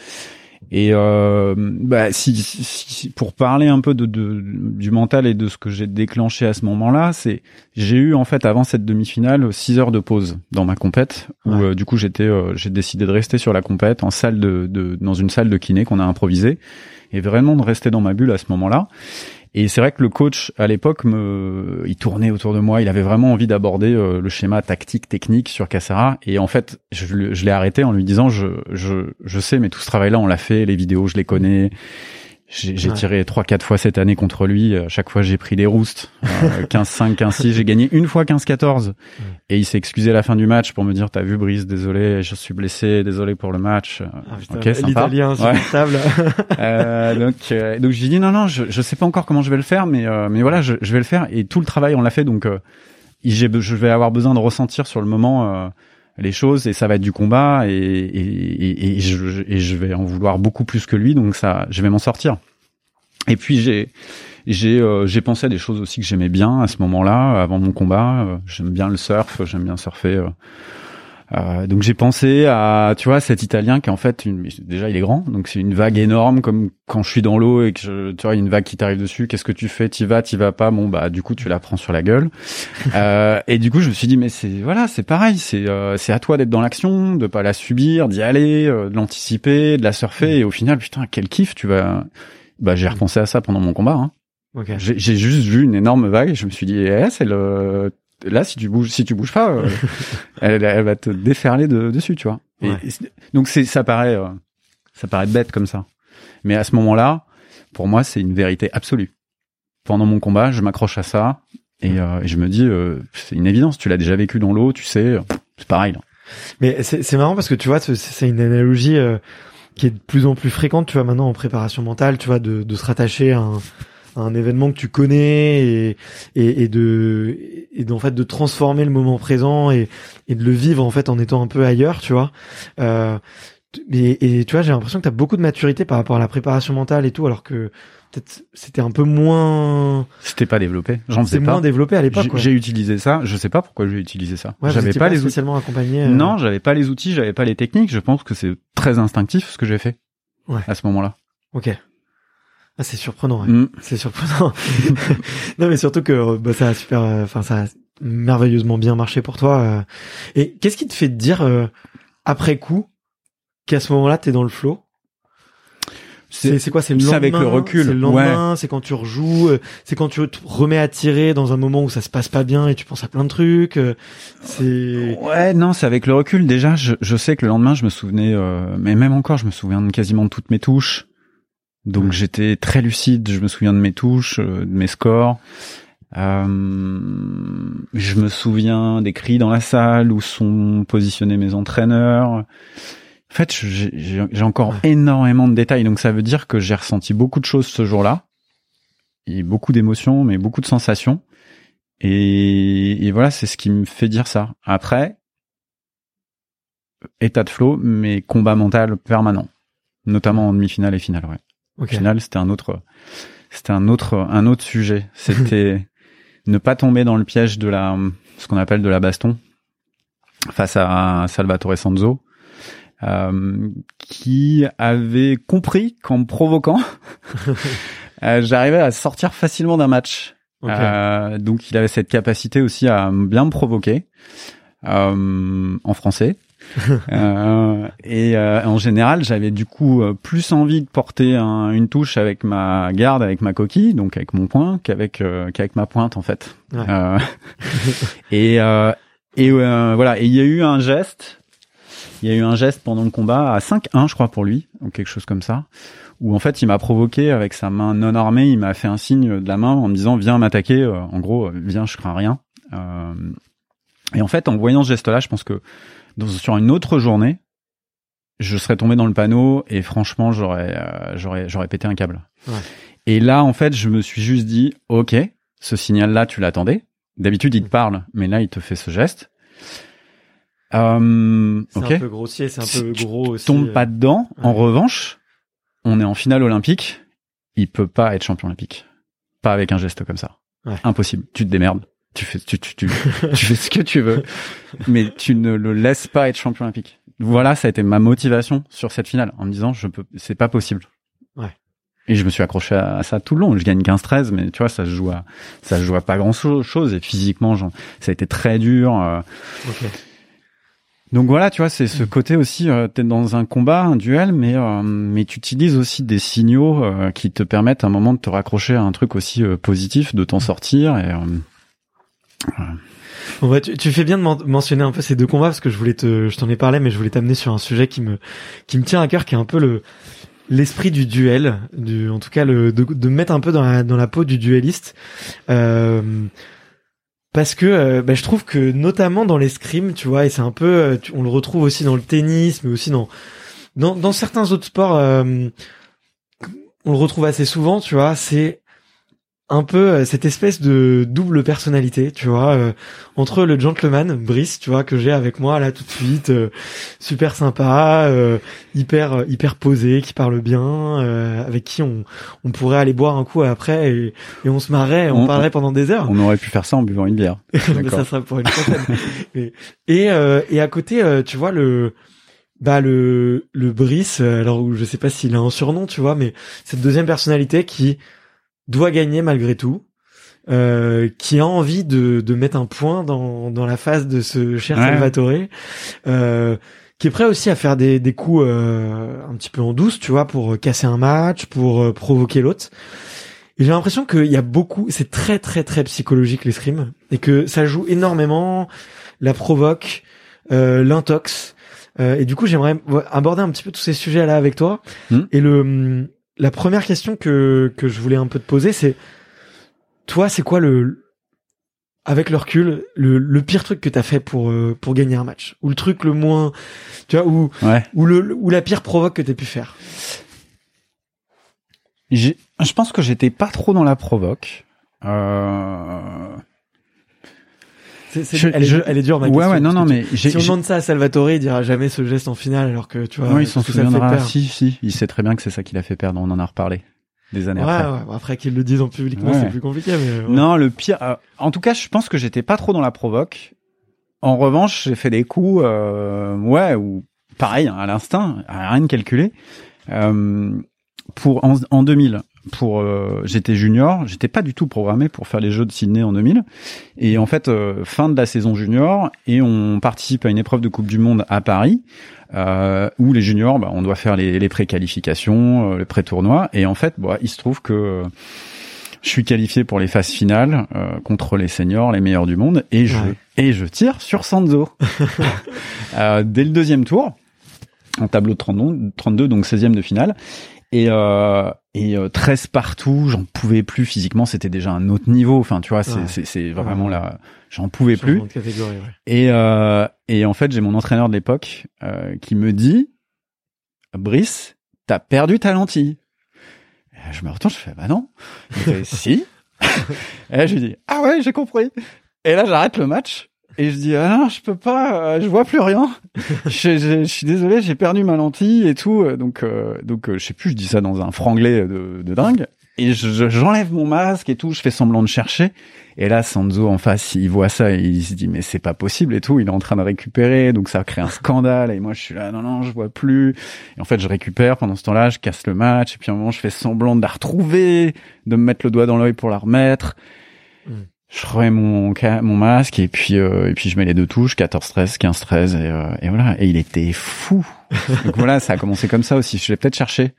Et euh, bah si, si pour parler un peu de, de du mental et de ce que j'ai déclenché à ce moment-là, c'est j'ai eu en fait avant cette demi-finale six heures de pause dans ma compète où ouais. euh, du coup j'étais euh, j'ai décidé de rester sur la compète en salle de, de dans une salle de kiné qu'on a improvisée et vraiment de rester dans ma bulle à ce moment-là. Et c'est vrai que le coach à l'époque me il tournait autour de moi, il avait vraiment envie d'aborder euh, le schéma tactique technique sur Cassara et en fait je, je l'ai arrêté en lui disant je je je sais mais tout ce travail là on l'a fait, les vidéos je les connais. J'ai, j'ai ouais. tiré trois quatre fois cette année contre lui, à chaque fois j'ai pris des roustes, euh, quinze cinq, quinze six, j'ai gagné une fois quinze quatorze ouais. et il s'est excusé à la fin du match pour me dire t'as vu Brice, désolé, je suis blessé, désolé pour le match. Ah, putain, ok, sympa. L'italien insupportable. Ouais. euh, donc euh, donc j'ai dit non non, je je sais pas encore comment je vais le faire mais euh, mais voilà, je je vais le faire et tout le travail on l'a fait donc euh, j'ai je vais avoir besoin de ressentir sur le moment euh, les choses et ça va être du combat et et et, et, je, et je vais en vouloir beaucoup plus que lui donc ça je vais m'en sortir. Et puis j'ai j'ai euh, j'ai pensé à des choses aussi que j'aimais bien à ce moment-là avant mon combat, euh, j'aime bien le surf, j'aime bien surfer euh, euh, donc j'ai pensé à tu vois cet Italien qui en fait une, déjà il est grand donc c'est une vague énorme comme quand je suis dans l'eau et que je, tu vois une vague qui t'arrive dessus, qu'est-ce que tu fais, t'y vas, t'y vas pas, bon bah du coup tu la prends sur la gueule. euh, et du coup je me suis dit mais c'est voilà c'est pareil c'est euh, c'est à toi d'être dans l'action, de pas la subir, d'y aller, euh, de l'anticiper, de la surfer et au final putain quel kiff tu vas. Bah j'ai repensé à ça pendant mon combat. Hein. Okay. J'ai, j'ai juste vu une énorme vague et je me suis dit eh, c'est le là si tu bouges si tu bouges pas euh, elle, elle va te déferler de, dessus tu vois. Ouais. Et, et donc c'est ça paraît euh, ça paraît bête comme ça, mais à ce moment-là pour moi c'est une vérité absolue. Pendant mon combat je m'accroche à ça et, euh, et je me dis euh, c'est une évidence, tu l'as déjà vécu dans l'eau, tu sais c'est pareil là. Mais c'est, c'est marrant parce que tu vois c'est, c'est une analogie. Euh... qui est de plus en plus fréquente, tu vois, maintenant en préparation mentale, tu vois, de, de se rattacher à un, à un événement que tu connais et et, et de et d'en fait de transformer le moment présent et et de le vivre en fait en étant un peu ailleurs, tu vois. Euh, et, et tu vois, j'ai l'impression que t'as beaucoup de maturité par rapport à la préparation mentale et tout, alors que peut-être c'était un peu moins. C'était pas développé. J'en faisais C'est pas. moins développé à l'époque. J'ai, quoi. j'ai utilisé ça. Je sais pas pourquoi j'ai utilisé ça. Ouais, j'avais pas, pas les outils. spécialement accompagné. Euh... Non, j'avais pas les outils, j'avais pas les techniques. Je pense que c'est très instinctif ce que j'ai fait. Ouais. À ce moment-là. Ok. Ah, c'est surprenant. Ouais. Mm. C'est surprenant. Non, mais surtout que bah, ça a super. Enfin, euh, ça a merveilleusement bien marché pour toi. Euh... Et qu'est-ce qui te fait te dire euh, après coup qu'à ce moment-là t'es dans le flow? C'est, c'est, c'est quoi? C'est le lendemain? C'est avec le recul. C'est le lendemain, ouais. C'est quand tu rejoues, c'est quand tu te remets à tirer dans un moment où ça se passe pas bien et tu penses à plein de trucs. C'est... Ouais, non, c'est avec le recul. Déjà, je, je sais que le lendemain, je me souvenais, euh, mais même encore, je me souviens de quasiment de toutes mes touches. Donc ouais. J'étais très lucide, je me souviens de mes touches, euh, de mes scores. Euh, je me souviens des cris dans la salle, où sont positionnés mes entraîneurs. En fait, j'ai, j'ai encore ouais. énormément de détails, donc ça veut dire que j'ai ressenti beaucoup de choses ce jour-là, et beaucoup d'émotions, mais beaucoup de sensations, et, et voilà, c'est ce qui me fait dire ça. Après, état de flow, mais combat mental permanent, notamment en demi-finale et finale. Ouais. Okay. En finale, c'était un autre, c'était un autre, un autre sujet. C'était ne pas tomber dans le piège de la, ce qu'on appelle de la baston, face à Salvatore Sanzo. Euh, qui avait compris qu'en me provoquant, euh, j'arrivais à sortir facilement d'un match. Okay. Euh, donc il avait cette capacité aussi à bien me provoquer euh, en français. euh, et euh, en général, j'avais du coup plus envie de porter un, une touche avec ma garde, avec ma coquille, donc avec mon poing, qu'avec euh, qu'avec ma pointe en fait. Ouais. Euh, et euh, et euh, voilà. Et il y a eu un geste. Il y a eu un geste pendant le combat à cinq un, je crois, pour lui, ou quelque chose comme ça, où en fait il m'a provoqué avec sa main non armée, il m'a fait un signe de la main en me disant viens m'attaquer, euh, en gros viens, je crains rien. Euh, et en fait en voyant ce geste-là, je pense que dans, sur une autre journée, je serais tombé dans le panneau et franchement j'aurais euh, j'aurais j'aurais pété un câble. Ouais. Et là en fait je me suis juste dit ok, ce signal-là tu l'attendais. D'habitude il te parle, mais là il te fait ce geste. Euh, c'est okay. un peu grossier, c'est un peu gros aussi. Tombe pas dedans. Ouais. En revanche, on est en finale olympique. Il peut pas être champion olympique. Pas avec un geste comme ça. Ouais. Impossible. Tu te démerdes. Tu fais, tu, tu, tu, tu fais ce que tu veux. Mais tu ne le laisses pas être champion olympique. Voilà, ça a été ma motivation sur cette finale. En me disant, je peux, c'est pas possible. Ouais. Et je me suis accroché à ça tout le long. Je gagne quinze treize, mais tu vois, ça se joue à, ça se joue à pas grand chose. Et physiquement, genre, ça a été très dur. Euh, ok. Donc voilà, tu vois, c'est ce côté aussi, euh, t'es dans un combat, un duel, mais euh, mais tu utilises aussi des signaux euh, qui te permettent à un moment de te raccrocher à un truc aussi euh, positif, de t'en sortir. Et, euh, voilà. Bon bah, tu, tu fais bien de men- mentionner un peu ces deux combats parce que je voulais te, je t'en ai parlé, mais je voulais t'amener sur un sujet qui me qui me tient à cœur, qui est un peu le l'esprit du duel, du, en tout cas le de, de me mettre un peu dans la dans la peau du duelliste. Euh, Parce que euh, bah, je trouve que notamment dans l'escrime, tu vois, et c'est un peu, euh, tu, on le retrouve aussi dans le tennis, mais aussi dans dans, dans certains autres sports, euh, on le retrouve assez souvent, tu vois. C'est un peu euh, cette espèce de double personnalité, tu vois, euh, entre le gentleman Brice, tu vois, que j'ai avec moi là tout de suite, euh, super sympa, euh, hyper hyper posé, qui parle bien, euh, avec qui on on pourrait aller boire un coup après et, et on se marrait, on, on parlerait pendant des heures. On aurait pu faire ça en buvant une bière. Mais ça sera pour une prochaine. et et, euh, et à côté, euh, tu vois le bah le le Brice, alors je sais pas s'il a un surnom, tu vois, mais cette deuxième personnalité qui doit gagner malgré tout, euh, qui a envie de, de mettre un point dans, dans la face de ce cher ouais. Salvatore, euh, qui est prêt aussi à faire des, des coups euh, un petit peu en douce, tu vois, pour casser un match, pour euh, provoquer l'autre. Et j'ai l'impression qu'il y a beaucoup, c'est très très très psychologique l'escrime, et que ça joue énormément la provoque, euh, l'intox. Euh, et du coup, j'aimerais aborder un petit peu tous ces sujets-là avec toi. Mmh. Et le La première question que que je voulais un peu te poser, c'est toi, c'est quoi le avec le recul le le pire truc que t'as fait pour euh, pour gagner un match, ou le truc le moins, tu vois, ou ouais. ou le ou la pire provoque que t'aies pu faire. j'ai, je pense que j'étais pas trop dans la provoque. Euh... C'est, c'est, je, elle, est, je, elle est dure, ma ouais, question. Ouais, non, non, tu, mais j'ai, si on j'ai... demande ça à Salvatore, il dira jamais ce geste en finale, alors que tu vois. Non, il s'en souviendra. Ça Si, si, il sait très bien que c'est ça qui l'a fait perdre. On en a reparlé des années ouais, après. Ouais, après qu'ils le disent en publiquement, ouais. c'est plus compliqué. Mais ouais. Non, le pire. Euh, en tout cas, je pense que j'étais pas trop dans la provoque. En revanche, j'ai fait des coups, euh, ouais, ou pareil, à l'instinct, à rien de calculé. Euh, pour en, en deux mille. Pour euh, j'étais junior, j'étais pas du tout programmé pour faire les Jeux de Sydney en deux mille, et en fait euh, fin de la saison junior, et on participe à une épreuve de Coupe du Monde à Paris euh, où les juniors, bah, on doit faire les, les pré-qualifications, euh, les pré-tournois, et en fait bah, il se trouve que euh, je suis qualifié pour les phases finales euh, contre les seniors, les meilleurs du monde, et je ouais. et je tire sur Sanzo euh, dès le deuxième tour en tableau de trente-deux, donc seizième de finale. Et, euh, et euh, treize partout, j'en pouvais plus physiquement, c'était déjà un autre niveau. Enfin, tu vois, c'est, ouais. c'est, c'est vraiment ouais. là, j'en pouvais plus. De catégorie, ouais. Et, euh, et en fait, j'ai mon entraîneur de l'époque euh, qui me dit, Brice, t'as perdu ta lentille. Et je me retourne, je fais, bah non. Il fait, si. Et là, je lui dis, ah ouais, j'ai compris. Et là, j'arrête le match. Et je dis, ah non, je peux pas, euh, je vois plus rien. je, je, je suis désolé, j'ai perdu ma lentille et tout. Donc, euh, donc, euh, je sais plus, je dis ça dans un franglais de, de dingue. Et je, j'enlève mon masque et tout, je fais semblant de chercher. Et là, Sanzo en face, il voit ça et il se dit, mais c'est pas possible et tout. Il est en train de récupérer, donc ça crée un scandale. Et moi, je suis là, non, non, je vois plus. Et en fait, je récupère pendant ce temps-là, je casse le match. Et puis à un moment, je fais semblant de la retrouver, de me mettre le doigt dans l'œil pour la remettre. Mm. Je remets mon mon masque et puis euh, et puis je mets les deux touches quatorze treize quinze treize et euh, et voilà, et il était fou. Donc voilà, ça a commencé comme ça aussi, je l'ai peut-être cherché.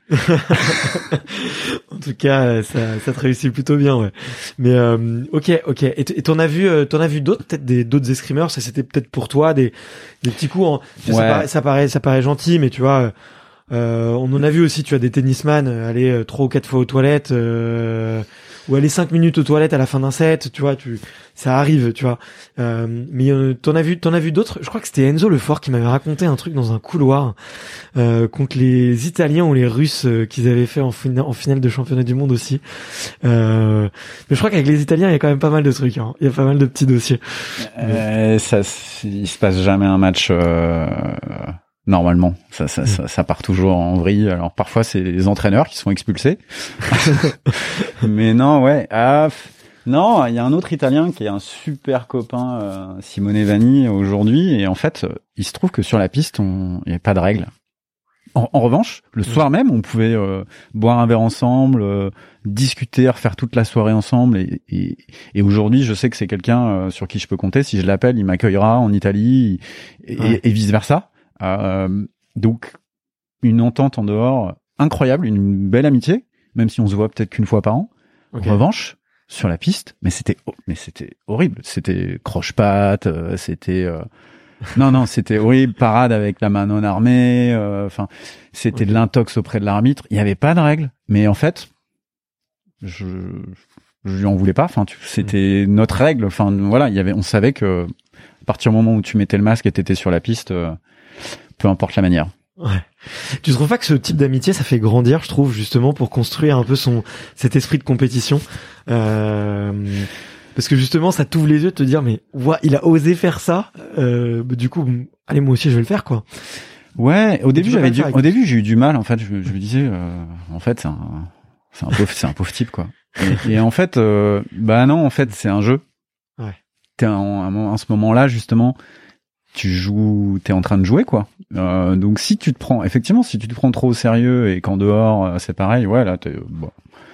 En tout cas, ça ça te réussit plutôt bien, ouais. Mais euh, OK, OK. Et t'en as vu euh, t'en as vu d'autres, peut-être des d'autres escrimeurs, ça c'était peut-être pour toi des des petits coups en... ouais. ça paraît ça paraît ça paraît gentil, mais tu vois euh, on en a vu aussi, tu as des tennisman aller trois ou quatre fois aux toilettes euh, ou aller cinq minutes aux toilettes à la fin d'un set, tu vois, tu, ça arrive, tu vois. Euh, mais euh, t'en as vu, t'en as vu d'autres. Je crois que c'était Enzo Lefort qui m'avait raconté un truc dans un couloir euh, contre les Italiens ou les Russes euh, qu'ils avaient fait en, fina- en finale de championnat du monde aussi. Euh, mais je crois qu'avec les Italiens, il y a quand même pas mal de trucs. Hein. Il y a pas mal de petits dossiers. Euh, ça, il se passe jamais un match. Euh... Normalement, ça, ça, mmh. ça, ça part toujours en vrille. Alors parfois c'est les entraîneurs qui sont expulsés, mais non, ouais. Ah, non, il y a un autre Italien qui est un super copain, euh, Simone Vanni aujourd'hui, et en fait, il se trouve que sur la piste, on, il y a pas de règles. En, en revanche, le mmh. soir même, on pouvait euh, boire un verre ensemble, euh, discuter, refaire toute la soirée ensemble. Et, et, et aujourd'hui, je sais que c'est quelqu'un euh, sur qui je peux compter. Si je l'appelle, il m'accueillera en Italie et, ouais. et, et vice versa. Euh, donc une entente en dehors incroyable, une belle amitié, même si on se voit peut-être qu'une fois par an. Okay. En revanche, sur la piste, mais c'était mais c'était horrible, c'était croche-patte, euh, c'était euh... non non, c'était horrible, parade avec la main non armée, enfin euh, c'était okay. de l'intox auprès de l'arbitre, il y avait pas de règles, mais en fait je je lui en voulais pas, enfin c'était mmh. notre règle, enfin voilà, il y avait on savait que à partir du moment où tu mettais le masque et t'étais sur la piste, euh, peu importe la manière. Ouais. Tu trouves pas que ce type d'amitié, ça fait grandir, je trouve, justement, pour construire un peu son cet esprit de compétition, euh, parce que justement, ça t'ouvre les yeux de te dire, mais ouais, il a osé faire ça. Euh, du coup, allez, moi aussi, je vais le faire, quoi. Ouais. Au début, j'avais du, au début, j'ai eu du mal. En fait, je, je me disais, euh, en fait, c'est un, c'est un pauvre, c'est un pauvre type, quoi. Et, et en fait, euh, bah non, en fait, c'est un jeu. Ouais. T'es en, en, en ce moment-là, justement. Tu joues, t'es en train de jouer, quoi. Euh, donc si tu te prends, effectivement, si tu te prends trop au sérieux et qu'en dehors c'est pareil, ouais, là, t'es, bon,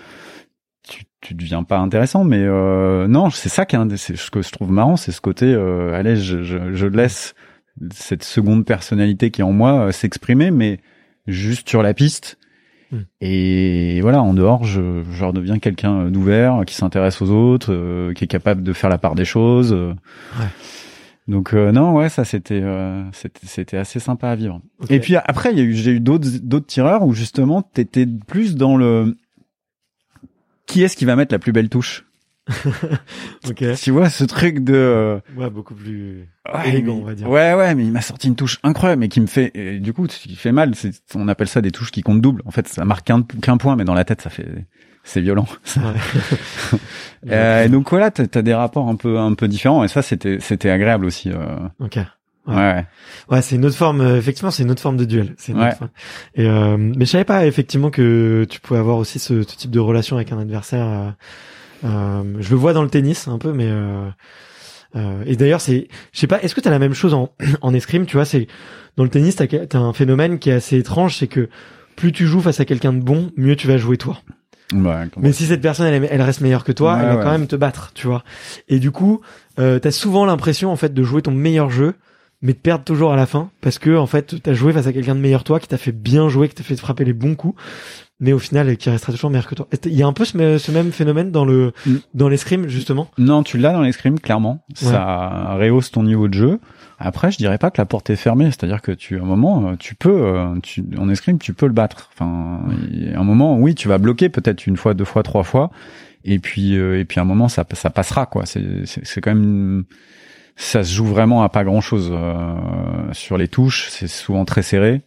tu, tu deviens pas intéressant. Mais euh, non, c'est ça qui est, c'est ce que je trouve marrant, c'est ce côté, euh, allez, je, je, je laisse cette seconde personnalité qui est en moi euh, s'exprimer, mais juste sur la piste. Mm. Et voilà, en dehors, je, je redeviens quelqu'un d'ouvert, qui s'intéresse aux autres, euh, qui est capable de faire la part des choses. Euh, ouais. Donc euh, non, ouais, ça c'était, euh, c'était c'était assez sympa à vivre. Okay. Et puis après, il y a eu, j'ai eu d'autres d'autres tireurs où justement t'étais plus dans le qui est-ce qui va mettre la plus belle touche. Ok. Tu vois ce truc de euh, Ouais, beaucoup plus ouais, élégant, mais, on va dire. Ouais, ouais, mais il m'a sorti une touche incroyable, mais qui me fait, et du coup, ce qui fait mal, c'est, on appelle ça des touches qui comptent double. En fait, ça marque qu'un, qu'un point, mais dans la tête, ça fait, c'est violent. Ouais. euh, et donc voilà, t'as, t'as des rapports un peu, un peu différents, et ça, c'était, c'était agréable aussi. Euh... Ok. Ouais. Ouais. ouais. Ouais, c'est une autre forme. Euh, effectivement, c'est une autre forme de duel. C'est une Ouais. autre forme. Et euh, mais je savais pas effectivement que tu pouvais avoir aussi ce, ce type de relation avec un adversaire. Euh, euh, je le vois dans le tennis un peu, mais euh, euh, et d'ailleurs c'est, je sais pas, est-ce que t'as la même chose en en escrime? Tu vois, c'est dans le tennis, t'as t'as un phénomène qui est assez étrange, c'est que plus tu joues face à quelqu'un de bon, mieux tu vas jouer toi. Ouais, Mais si cette personne elle, elle reste meilleure que toi, ouais, elle va ouais. quand même te battre, tu vois. Et du coup, euh, t'as souvent l'impression en fait de jouer ton meilleur jeu, mais de perdre toujours à la fin, parce que en fait t'as joué face à quelqu'un de meilleur que toi, qui t'a fait bien jouer, qui t'a fait frapper les bons coups, mais au final qui restera toujours meilleur que toi. Il y a un peu ce, ce même phénomène dans le mm. dans l'escrime justement. Non, tu l'as dans l'escrime clairement. Ouais. Ça rehausse ton niveau de jeu. Après, je dirais pas que la porte est fermée, c'est-à-dire que tu, à un moment, tu peux, tu, en escrime, tu peux le battre. Enfin, il y a un moment, oui, tu vas bloquer peut-être une fois, deux fois, trois fois, et puis, et puis à un moment, ça, ça passera, quoi. C'est, c'est, c'est quand même, ça se joue vraiment à pas grand-chose euh, sur les touches. C'est souvent très serré.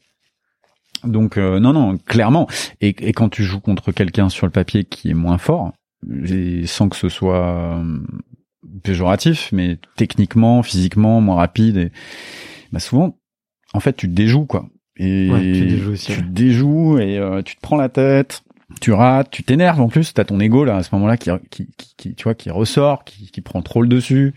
Donc, euh, non, non, clairement. Et, et quand tu joues contre quelqu'un sur le papier qui est moins fort, et sans que ce soit péjoratif, mais techniquement, physiquement, moins rapide, et bah souvent, en fait, tu te déjoues, quoi. Et ouais, tu déjoues aussi, tu ouais. te déjoues et euh, tu te prends la tête, tu rates, tu t'énerves en plus, t'as ton ego là à ce moment-là qui, qui, qui, qui tu vois, qui ressort, qui, qui prend trop le dessus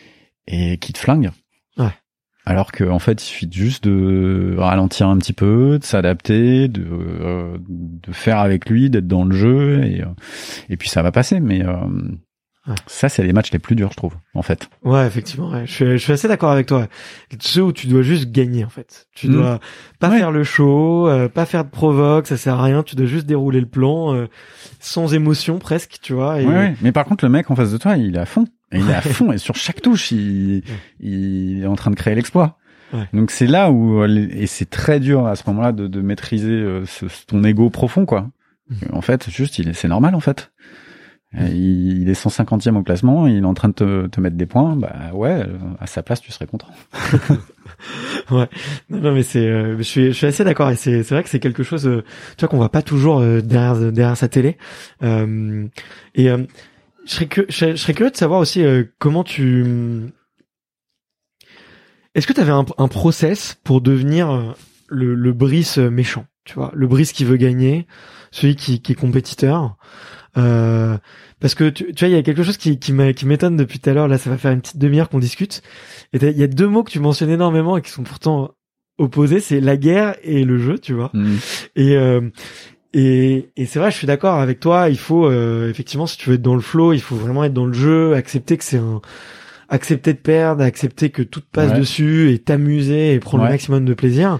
et qui te flingue. Ouais. Alors que en fait, il suffit juste de ralentir un petit peu, de s'adapter, de euh, de faire avec lui, d'être dans le jeu et euh, et puis ça va passer. Mais euh, ouais. Ça, c'est les matchs les plus durs, je trouve, en fait. Ouais, effectivement. Ouais. Je, suis, je suis assez d'accord avec toi. Ceux où tu dois juste gagner, en fait. Tu mmh. dois pas ouais. faire le show, euh, pas faire de provoque, ça sert à rien. Tu dois juste dérouler le plan euh, sans émotion presque, tu vois. Et... Ouais, ouais. Mais par contre, le mec en face de toi, il est à fond. Et il est à fond et sur chaque touche, il, il est en train de créer l'exploit. Ouais. Donc c'est là où et c'est très dur à ce moment-là de, de maîtriser ce, ton ego profond, quoi. Mmh. En fait, juste, il est, c'est normal, en fait. Il, il est cent cinquantième au classement, il est en train de te, te mettre des points. Bah ouais, à sa place, tu serais content. Ouais. Non, non mais c'est, euh, je suis, je suis assez d'accord. Et c'est, c'est vrai que c'est quelque chose, euh, tu vois, qu'on voit pas toujours euh, derrière, derrière sa télé. Euh, et euh, je serais que, je serais, je serais curieux de savoir aussi euh, comment tu. Est-ce que tu avais un, un process pour devenir le, le Brice méchant, tu vois, le Brice qui veut gagner, celui qui, qui est compétiteur. Euh, parce que tu, tu vois, il y a quelque chose qui, qui, m'a, qui m'étonne depuis tout à l'heure. Là, ça va faire une petite demi-heure qu'on discute. Et il y a deux mots que tu mentionnes énormément et qui sont pourtant opposés. C'est la guerre et le jeu, tu vois. Mmh. Et, euh, et, et c'est vrai, je suis d'accord avec toi. Il faut, euh, effectivement, si tu veux être dans le flow, il faut vraiment être dans le jeu, accepter que c'est un, accepter de perdre, accepter que tout te passe ouais. dessus et t'amuser et prendre ouais. le maximum de plaisir.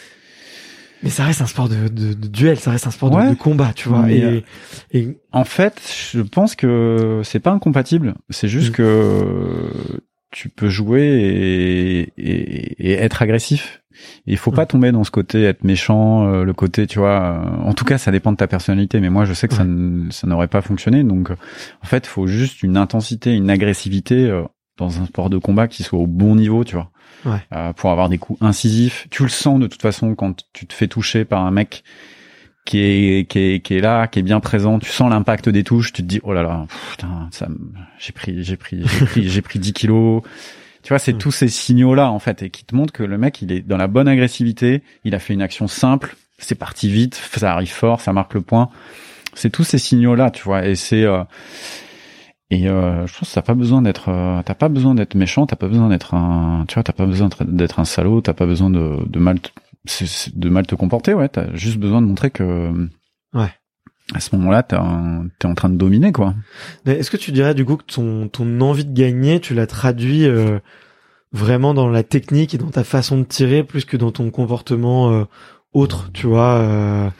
Mais ça reste un sport de, de, de duel, ça reste un sport ouais. de, de combat, tu vois. Et, euh, et en fait, je pense que c'est pas incompatible. C'est juste mmh. que tu peux jouer et, et, et être agressif. Il faut mmh. pas tomber dans ce côté être méchant, euh, le côté, tu vois. Euh, en tout cas, ça dépend de ta personnalité. Mais moi, je sais que ouais. ça, n- ça n'aurait pas fonctionné. Donc, en fait, il faut juste une intensité, une agressivité euh, dans un sport de combat qui soit au bon niveau, tu vois. Ouais. Euh, pour avoir des coups incisifs. Tu le sens de toute façon quand tu te fais toucher par un mec qui est qui est qui est là, qui est bien présent. Tu sens l'impact des touches. Tu te dis oh là là, putain, ça, j'ai pris j'ai pris j'ai pris j'ai pris dix kilos. Tu vois, c'est mmh. tous ces signaux là en fait et qui te montrent que le mec il est dans la bonne agressivité. Il a fait une action simple, c'est parti vite, ça arrive fort, ça marque le point. C'est tous ces signaux là, tu vois, et c'est euh, Et euh, je pense que t'as pas besoin d'être, euh, t'as pas besoin d'être méchant, t'as pas besoin d'être un, tu vois, t'as pas besoin d'être un salaud, t'as pas besoin de, de mal, te, de mal te comporter, ouais. T'as juste besoin de montrer que, ouais. À ce moment-là, t'es, un, t'es en train de dominer, quoi. Mais est-ce que tu dirais du coup que ton, ton envie de gagner, tu l'as traduit euh, vraiment dans la technique et dans ta façon de tirer plus que dans ton comportement euh, autre, tu vois euh...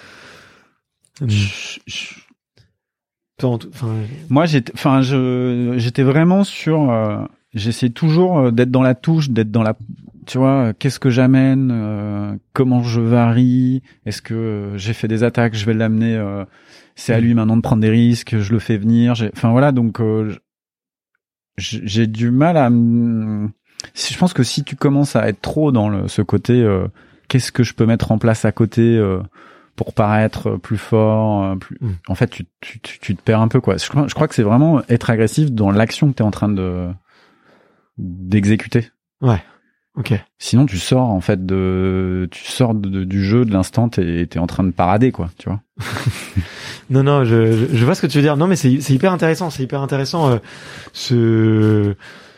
je, je... Enfin, moi, j'étais, enfin, je, j'étais vraiment sur. Euh, j'essaie toujours d'être dans la touche, d'être dans la, tu vois, qu'est-ce que j'amène, euh, comment je varie, est-ce que euh, j'ai fait des attaques, je vais l'amener, euh, c'est à lui maintenant de prendre des risques, je le fais venir, j'ai, enfin voilà, donc euh, j'ai du mal à, je pense que si tu commences à être trop dans le, ce côté, euh, qu'est-ce que je peux mettre en place à côté euh, pour paraître plus fort, plus... Mm. En fait, tu, tu, tu, tu te perds un peu, quoi. Je, je crois que c'est vraiment être agressif dans l'action que t'es en train de d'exécuter. Ouais. Ok. Sinon, tu sors en fait de, tu sors de, de, du jeu de l'instant, t'es, t'es en train de parader, quoi. Tu vois. non, non, je, je, je vois ce que tu veux dire. Non, mais c'est, c'est hyper intéressant. C'est hyper intéressant euh, ce.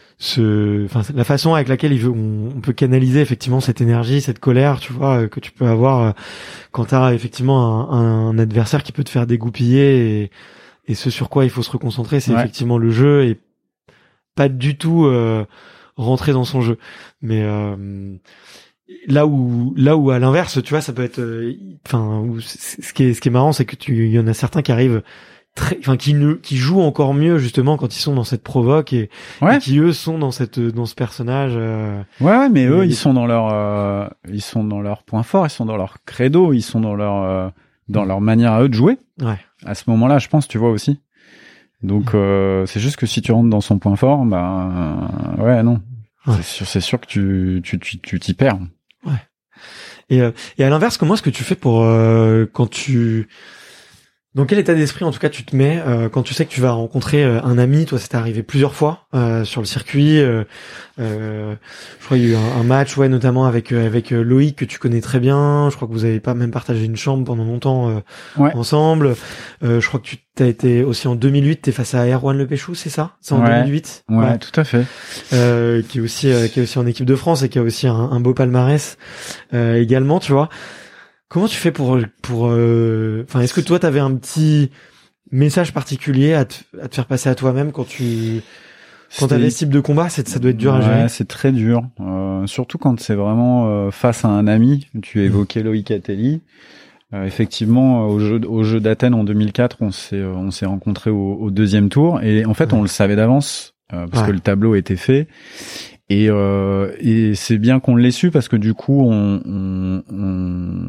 ce enfin la façon avec laquelle il veut on, on peut canaliser effectivement cette énergie, cette colère, tu vois, euh, que tu peux avoir euh, quand t'as effectivement un, un adversaire qui peut te faire dégoupiller et, et ce sur quoi il faut se reconcentrer, c'est ouais. effectivement le jeu et pas du tout euh, rentrer dans son jeu. Mais euh, là où là où à l'inverse, tu vois, ça peut être enfin euh, ce qui est ce qui est marrant, c'est que tu il y en a certains qui arrivent très, enfin qui ne qui jouent encore mieux justement quand ils sont dans cette provoque et, ouais. et qui eux sont dans cette dans ce personnage. Euh, ouais, ouais, mais eux ils sont dans leur euh, ils sont dans leur point fort, ils sont dans leur credo, ils sont dans leur euh, dans leur manière à eux de jouer. Ouais. À ce moment-là, je pense, tu vois aussi. Donc euh, c'est juste que si tu rentres dans son point fort, bah euh, ouais non, ouais. c'est sûr c'est sûr que tu tu tu tu t'y perds. Ouais. Et euh, et à l'inverse, comment est-ce que tu fais pour euh, quand tu Dans quel état d'esprit, en tout cas, tu te mets euh, quand tu sais que tu vas rencontrer euh, un ami? Toi, ça t'est arrivé plusieurs fois euh, sur le circuit. Euh, euh, je crois qu'il y a eu un, un match, ouais, notamment avec euh, avec euh, Loïc que tu connais très bien. Je crois que vous avez pas même partagé une chambre pendant longtemps euh, ouais. ensemble. Euh, je crois que tu t'as été aussi en deux mille huit. T'es face à Erwan Lepéchou, c'est ça? C'est en ouais. deux mille huit. Ouais, ouais, tout à fait. Euh, qui est aussi euh, qui est aussi en équipe de France et qui a aussi un, un beau palmarès euh, également, tu vois. Comment tu fais pour pour enfin euh, est-ce que toi t'avais un petit message particulier à te, à te faire passer à toi-même quand tu quand t'avais ce type de combat? C'est, ça doit être dur ouais, à gérer. C'est très dur, euh, surtout quand c'est vraiment euh, face à un ami. Tu évoquais mmh. Loïc Ateli. Euh, effectivement, au jeu au jeu d'Athènes en deux mille quatre, on s'est on s'est rencontrés au, au deuxième tour et en fait ouais. on le savait d'avance euh, parce ouais. que le tableau était fait. Et, euh, et c'est bien qu'on l'ait su parce que du coup, on on, on,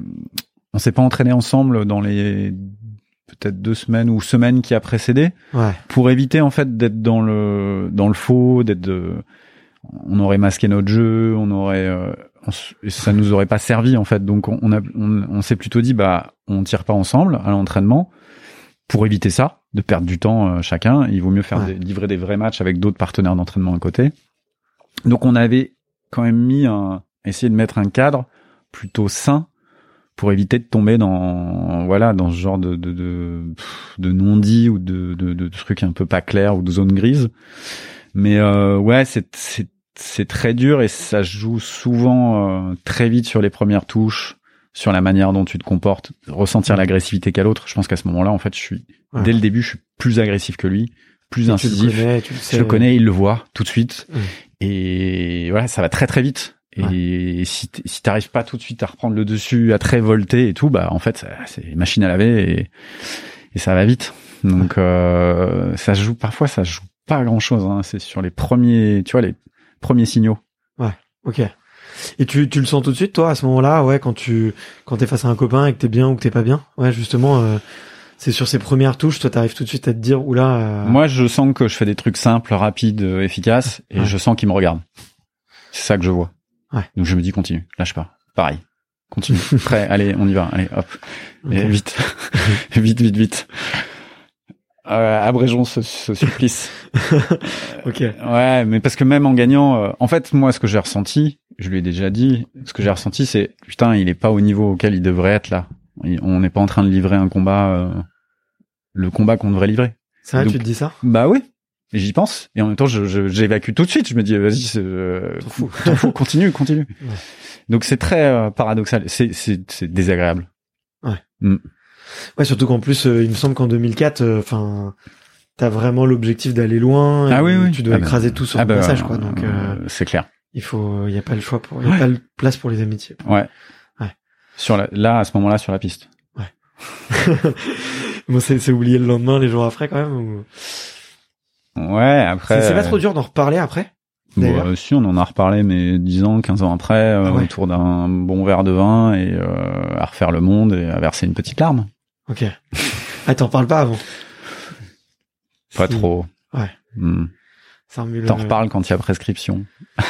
on s'est pas entraîné ensemble dans les peut-être deux semaines ou semaines qui a précédé ouais. pour éviter en fait d'être dans le dans le faux, d'être de, on aurait masqué notre jeu, on aurait euh, on, et ça nous aurait pas servi en fait. Donc on, on a on, on s'est plutôt dit bah on tire pas ensemble à l'entraînement pour éviter ça, de perdre du temps euh, chacun. Il vaut mieux faire ouais. des, livrer des vrais matchs avec d'autres partenaires d'entraînement à côté. Donc on avait quand même mis un, essayé de mettre un cadre plutôt sain pour éviter de tomber dans, voilà, dans ce genre de, de, de, de non-dit ou de, de, de trucs un peu pas clairs ou de zones grises. Mais, euh, ouais, c'est, c'est, c'est très dur et ça joue souvent euh, très vite sur les premières touches, sur la manière dont tu te comportes, ressentir l'agressivité qu'à l'autre. Je pense qu'à ce moment-là, en fait, je suis, ouais. dès le début, je suis plus agressif que lui, plus et incisif. Tu le connais, tu le sais. Je le connais, il le voit tout de suite. Mmh. Et voilà, ça va très très vite. Et ouais. si t- si t'arrives pas tout de suite à reprendre le dessus, à très volter et tout, bah en fait, ça, c'est machine à laver et, et ça va vite. Donc ouais. euh, ça joue parfois, ça joue pas grand chose. Hein. C'est sur les premiers, tu vois, les premiers signaux. Ouais. Ok. Et tu tu le sens tout de suite, toi, à ce moment-là, ouais, quand tu quand t'es face à un copain et que t'es bien ou que t'es pas bien, ouais, justement. Euh... C'est sur ces premières touches, toi, t'arrives tout de suite à te dire, oula. Euh... Moi, je sens que je fais des trucs simples, rapides, efficaces, et ouais. je sens qu'il me regarde. C'est ça que je vois. Ouais. Donc je me dis, continue, lâche pas. Pareil, continue. Prêt, allez, on y va, allez, hop, okay. Et vite, vite, vite, vite. Euh, abrégeons ce, ce supplice. Ok. Ouais, mais parce que même en gagnant, euh, en fait, moi, ce que j'ai ressenti, je lui ai déjà dit, ce que j'ai ressenti, c'est putain, il est pas au niveau auquel il devrait être là. On n'est pas en train de livrer un combat. Euh, le combat qu'on devrait livrer. C'est vrai, donc, tu te dis ça? Bah oui. Et j'y pense. Et en même temps, je, je, j'évacue tout de suite. Je me dis, vas-y, c'est, euh, t'en fous. T'en fous, continue, continue. Ouais. Donc c'est très euh, paradoxal. C'est, c'est, c'est désagréable. Ouais. Mm. Ouais, surtout qu'en plus, euh, il me semble qu'en deux mille quatre, enfin, euh, t'as vraiment l'objectif d'aller loin. Ah oui, oui. Tu dois ah écraser bah, tout sur ah le bah, passage, quoi. Donc, euh, c'est clair. Il faut, il y a pas le choix pour, il y a ouais. pas de place pour les amitiés. Ouais. Ouais. Sur la, là, à ce moment-là, sur la piste. Ouais. Bon, c'est, c'est oublié le lendemain, les jours après, quand même, ou... Ouais, après. C'est, c'est pas trop dur d'en reparler après? Bon, euh, si, on en a reparlé, mais dix ans, quinze ans après, euh, ah ouais. autour d'un bon verre de vin et euh, à refaire le monde et à verser une petite larme. Ok. Ah, t'en parles pas avant? Pas si. Trop. Ouais. Hmm. Ça remue T'en le... reparles quand il y a prescription.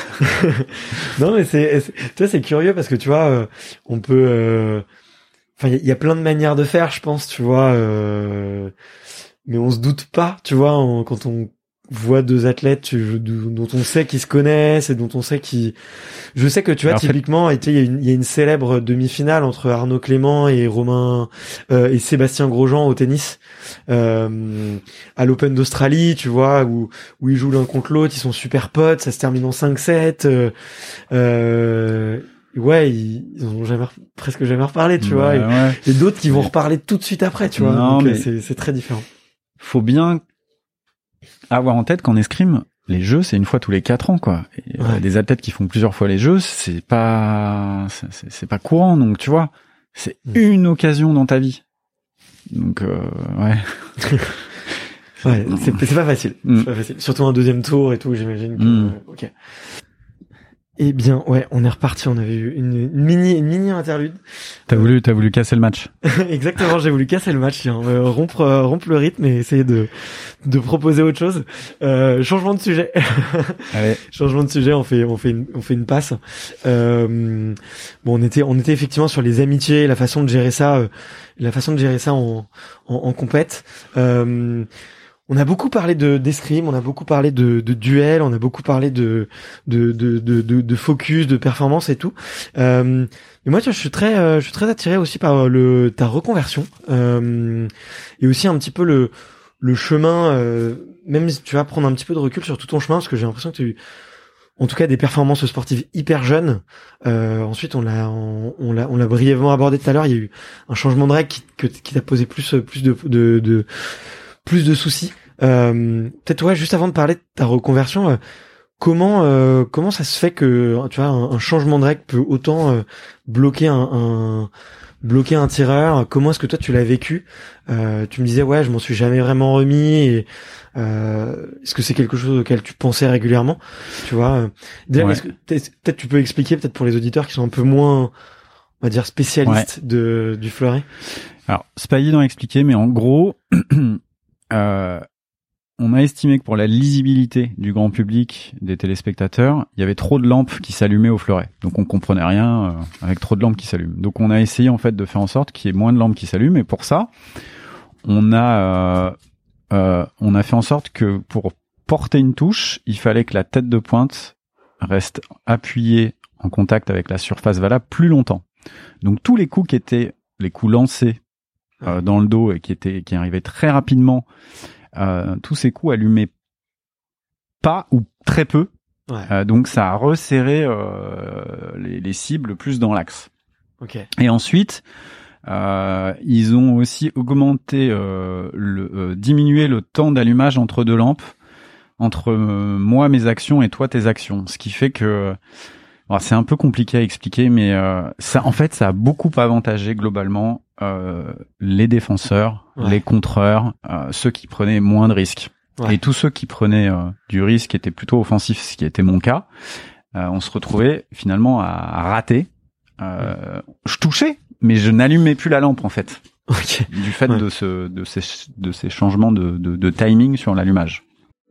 Non, mais c'est, c'est, tu vois, c'est curieux parce que tu vois, euh, on peut, euh... enfin, il y, y a plein de manières de faire, je pense, tu vois, euh... mais on se doute pas, tu vois, en, quand on voit deux athlètes tu, dont on sait qu'ils se connaissent et dont on sait qu'ils... Je sais que tu vois, alors typiquement, fait... il y a une, il y a une célèbre demi-finale entre Arnaud Clément et Romain euh, et Sébastien Grosjean au tennis euh, à l'Open d'Australie, tu vois, où où ils jouent l'un contre l'autre, ils sont super potes, ça se termine en cinq sept. Euh, euh, ouais, ils, ils en ont jamais presque jamais reparlé, tu bah, vois, et, ouais. et d'autres qui vont mais... reparler tout de suite après, tu vois. Non, donc mais... c'est c'est très différent. Faut bien avoir en tête qu'en escrime, les jeux, c'est une fois tous les quatre ans, quoi. Et, ouais. euh, des athlètes qui font plusieurs fois les jeux, c'est pas, c'est, c'est pas courant, donc tu vois, c'est mmh. une occasion dans ta vie. Donc, euh, ouais. ouais, c'est, c'est pas facile. Mmh. C'est pas facile. Surtout un deuxième tour et tout, j'imagine que, mmh. euh, ok. Eh bien, ouais, on est reparti. On avait eu une, une mini, une mini interlude. T'as voulu, t'as voulu casser le match. Exactement, j'ai voulu casser le match, tiens, euh, rompre, euh, rompre le rythme et essayer de, de proposer autre chose. Euh, changement de sujet. Allez. Changement de sujet. On fait, on fait une, on fait une passe. Euh, bon, on était, on était effectivement sur les amitiés, la façon de gérer ça, euh, la façon de gérer ça en, en, en compète. Euh, On a beaucoup parlé de d'escrime, on a beaucoup parlé de, de duel, on a beaucoup parlé de de de de, de, de focus, de performance et tout. Euh, mais moi, tu vois, je suis très euh, je suis très attiré aussi par le ta reconversion euh, et aussi un petit peu le le chemin. Euh, même si tu vas prendre un petit peu de recul sur tout ton chemin, parce que j'ai l'impression que tu as eu en tout cas des performances sportives hyper jeunes. Euh, ensuite, on l'a on, on l'a on l'a brièvement abordé tout à l'heure. Il y a eu un changement de règle qui que, qui t'a posé plus plus de de, de plus de soucis. Euh, peut-être ouais, juste avant de parler de ta reconversion, euh, comment euh, comment ça se fait que tu vois un, un changement de règle peut autant euh, bloquer un, un bloquer un tireur? Comment est-ce que toi tu l'as vécu? euh, Tu me disais ouais, je m'en suis jamais vraiment remis. Et, euh, est-ce que c'est quelque chose auquel tu pensais régulièrement? Tu vois, déjà, ouais. Est-ce que peut-être tu peux expliquer peut-être pour les auditeurs qui sont un peu moins, on va dire, spécialistes ouais. de du fleuret. Alors c'est pas évident à expliquer, mais en gros. Euh, on a estimé que pour la lisibilité du grand public, des téléspectateurs, il y avait trop de lampes qui s'allumaient au fleuret. Donc on comprenait rien euh, avec trop de lampes qui s'allument. Donc on a essayé en fait de faire en sorte qu'il y ait moins de lampes qui s'allument. Et pour ça, on a euh, euh, on a fait en sorte que pour porter une touche, il fallait que la tête de pointe reste appuyée en contact avec la surface valable plus longtemps. Donc tous les coups qui étaient les coups lancés euh, dans le dos et qui étaient qui arrivaient très rapidement. Euh, tous ces coups allumaient pas ou très peu, ouais. euh, donc ça a resserré euh, les, les cibles plus dans l'axe. Okay. Et ensuite, euh, ils ont aussi augmenté, euh, le, euh, diminué le temps d'allumage entre deux lampes, entre euh, moi mes actions et toi tes actions, ce qui fait que alors c'est un peu compliqué à expliquer, mais euh, ça, en fait, ça a beaucoup avantagé globalement euh, les défenseurs, ouais. les contreurs, euh, ceux qui prenaient moins de risques. Ouais. Et tous ceux qui prenaient euh, du risque étaient plutôt offensifs, ce qui était mon cas. Euh, on se retrouvait finalement à, à rater. Euh, ouais. Je touchais, mais je n'allumais plus la lampe en fait, okay. du fait ouais. de, ce, de, ces, de ces changements de, de, de timing sur l'allumage.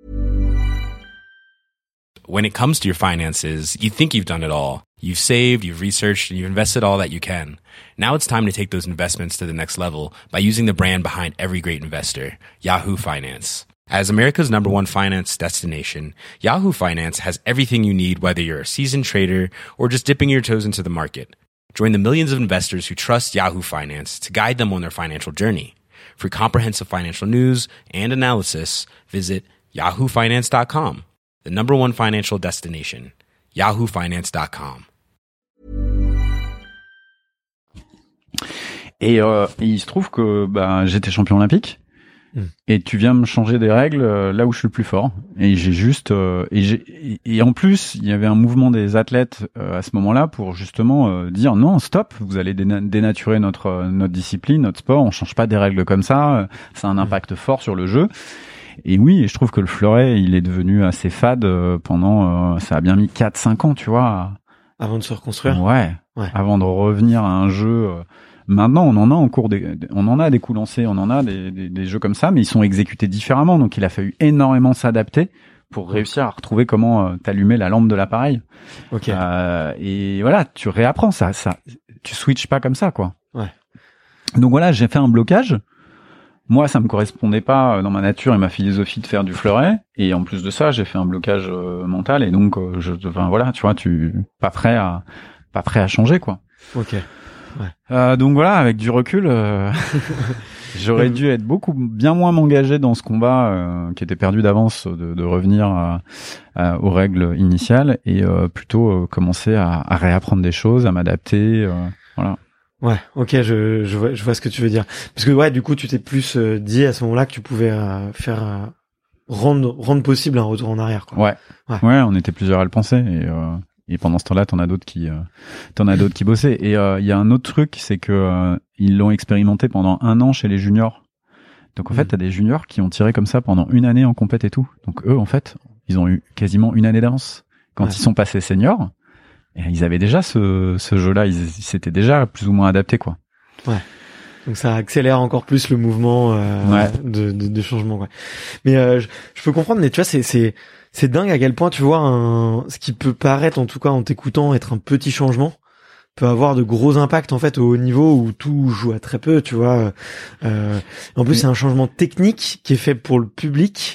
When it comes to your finances, you think you've done it all. You've saved, you've researched, and you've invested all that you can. Now it's time to take those investments to the next level by using the brand behind every great investor, Yahoo Finance. As America's number one finance destination, Yahoo Finance has everything you need, whether you're a seasoned trader or just dipping your toes into the market. Join the millions of investors who trust Yahoo Finance to guide them on their financial journey. For comprehensive financial news and analysis, visit yahoo finance dot com. The number one financial destination, yahoo finance dot com. Et, euh, et il se trouve que bah, j'étais champion olympique mmh. et tu viens me changer des règles euh, là où je suis le plus fort. Et j'ai juste euh, et, j'ai, et en plus il y avait un mouvement des athlètes euh, à ce moment-là pour justement euh, dire non stop, vous allez déna- dénaturer notre notre discipline, notre sport, on change pas des règles comme ça, euh, ça a un impact mmh. fort sur le jeu. Et oui, je trouve que le fleuret, il est devenu assez fade pendant, euh, ça a bien mis quatre cinq ans, tu vois. Avant de se reconstruire. Ouais. ouais. Avant de revenir à un jeu. Euh, maintenant, on en a en cours, des, on en a des coups lancés, on en a des, des, des jeux comme ça, mais ils sont exécutés différemment. Donc, il a fallu énormément s'adapter pour réussir à retrouver comment euh, t'allumer la lampe de l'appareil. Ok. Euh, et voilà, tu réapprends ça, ça. Tu switches pas comme ça, quoi. Ouais. Donc voilà, j'ai fait un blocage. Moi, ça me correspondait pas dans ma nature et ma philosophie de faire du fleuret. Et en plus de ça, j'ai fait un blocage euh, mental. Et donc, euh, je, enfin voilà, tu vois, tu pas prêt à pas prêt à changer, quoi. Ok. Ouais. Euh, donc voilà, avec du recul, euh, j'aurais dû être beaucoup bien moins m'engager dans ce combat euh, qui était perdu d'avance, de, de revenir à, à, aux règles initiales et euh, plutôt euh, commencer à, à réapprendre des choses, à m'adapter. Euh, voilà. Ouais, ok, je, je vois, je vois ce que tu veux dire. Parce que ouais, du coup, tu t'es plus euh, dit à ce moment-là que tu pouvais euh, faire euh, rendre rendre possible un retour en arrière, quoi. Ouais, ouais, ouais on était plusieurs à le penser et euh, et pendant ce temps-là, t'en as d'autres qui euh, t'en as d'autres qui bossaient. Et il euh, y a un autre truc, c'est que euh, ils l'ont expérimenté pendant un an chez les juniors. Donc en mmh. fait, t'as des juniors qui ont tiré comme ça pendant une année en compète et tout. Donc eux, en fait, ils ont eu quasiment une année d'avance. Quand ouais. ils sont passés seniors. Et ils avaient déjà ce, ce jeu-là, ils, ils s'étaient déjà plus ou moins adaptés, quoi. Ouais. Donc ça accélère encore plus le mouvement euh, ouais. de, de, de changement, quoi. Mais euh, je, je peux comprendre, mais tu vois, c'est c'est c'est dingue à quel point tu vois un ce qui peut paraître, en tout cas en t'écoutant, être un petit changement, peut avoir de gros impacts en fait au haut niveau où tout joue à très peu, tu vois. Euh, en plus, oui. c'est un changement technique qui est fait pour le public.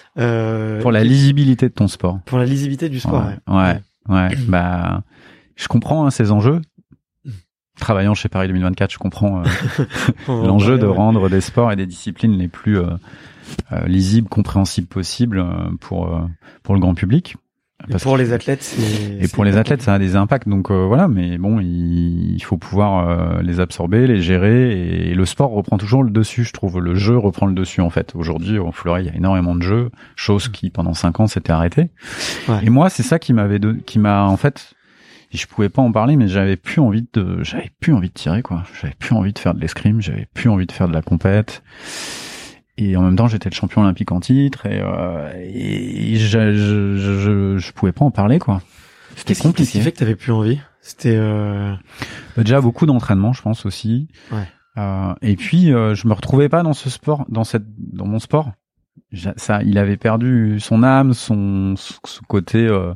Euh, pour la lisibilité de ton sport. Pour la lisibilité du sport. Ouais. ouais. ouais. Ouais, bah, je comprends hein, ces enjeux. Travaillant chez Paris deux mille vingt-quatre, je comprends euh, l'enjeu de rendre des sports et des disciplines les plus euh, euh, lisibles, compréhensibles possibles euh, pour euh, pour le grand public. Et pour les athlètes, c'est... Et pour les athlètes, ça a des impacts. Donc euh, voilà, mais bon, il, il faut pouvoir euh, les absorber, les gérer. Et le sport reprend toujours le dessus, je trouve. Le jeu reprend le dessus, en fait. Aujourd'hui, au fleuret, il y a énormément de jeux, chose qui, pendant cinq ans, s'était arrêtée. Ouais. Et moi, c'est ça qui m'avait, de, qui m'a, en fait, je pouvais pas en parler, mais j'avais plus envie de, j'avais plus envie de tirer, quoi. J'avais plus envie de faire de l'escrime, j'avais plus envie de faire de la compète. Et en même temps, j'étais le champion olympique en titre et, euh, et je, je, je, je pouvais pas en parler, quoi. C'était Qu'est-ce compliqué. Qu'est-ce qui fait que t'avais plus envie? C'était euh... bah, déjà beaucoup d'entraînement, je pense aussi. Ouais. Euh, et puis, euh, je me retrouvais pas dans ce sport, dans cette, dans mon sport. Ça, il avait perdu son âme, son, son côté, euh,